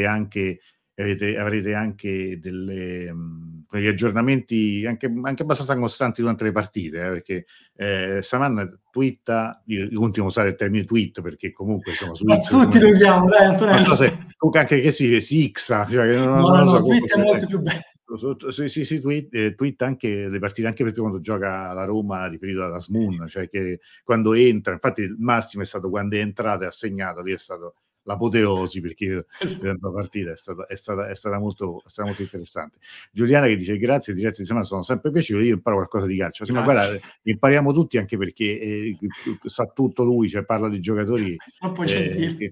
avrete anche degli aggiornamenti anche abbastanza costanti durante le partite, perché Saman twitta, io continuo a usare il termine tweet perché comunque insomma su Ma X, tutti lo usiamo, dai non so Antonello. se comunque anche che si X, cioè che non No, lo so, no, Tweet è molto più bello. si twitta anche le partite, anche perché quando gioca la Roma, riferito alla Smoon, cioè che quando entra, infatti il massimo è stato quando è entrato e ha segnato, lì è stato l'apoteosi, perché la partita è stata molto interessante. Giuliana che dice grazie, dirette di settimana sono sempre piacevoli, io imparo qualcosa di calcio. Sì, ma guarda, impariamo tutti, anche perché sa tutto lui, cioè parla di giocatori Troppo gentile.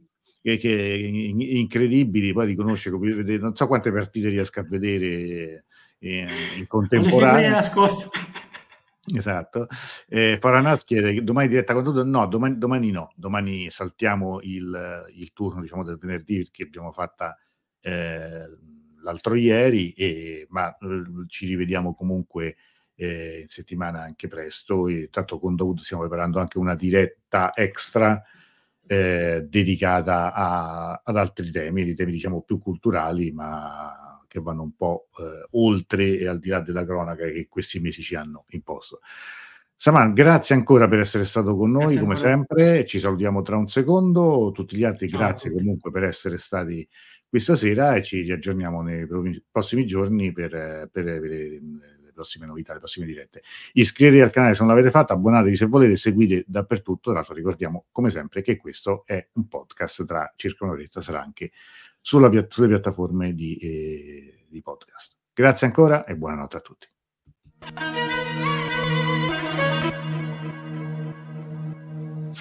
incredibili, poi riconosce, non so quante partite riesca a vedere in Con le figurine contemporanea. nascoste. Esatto. Paranas chiede domani diretta con tutto? No, domani no, domani saltiamo il turno, diciamo, del venerdì, perché abbiamo fatta l'altro ieri, ma ci rivediamo comunque in settimana anche presto, e tanto con Dawood stiamo preparando anche una diretta extra dedicata ad altri temi diciamo più culturali, ma che vanno un po' oltre e al di là della cronaca che questi mesi ci hanno imposto. Saman, grazie ancora per essere stato con noi, Grazie come ancora. sempre. Ci salutiamo tra un secondo. Tutti gli altri, Ciao a grazie tutti. comunque per essere stati questa sera, e ci riaggiorniamo nei prossimi giorni per avere le prossime novità, le prossime dirette. Iscrivetevi al canale se non l'avete fatto, abbonatevi se volete, seguite dappertutto. Tra l'altro ricordiamo come sempre che questo è un podcast, tra circa un'oretta sarà anche sulle piattaforme di podcast. Grazie ancora e buonanotte a tutti.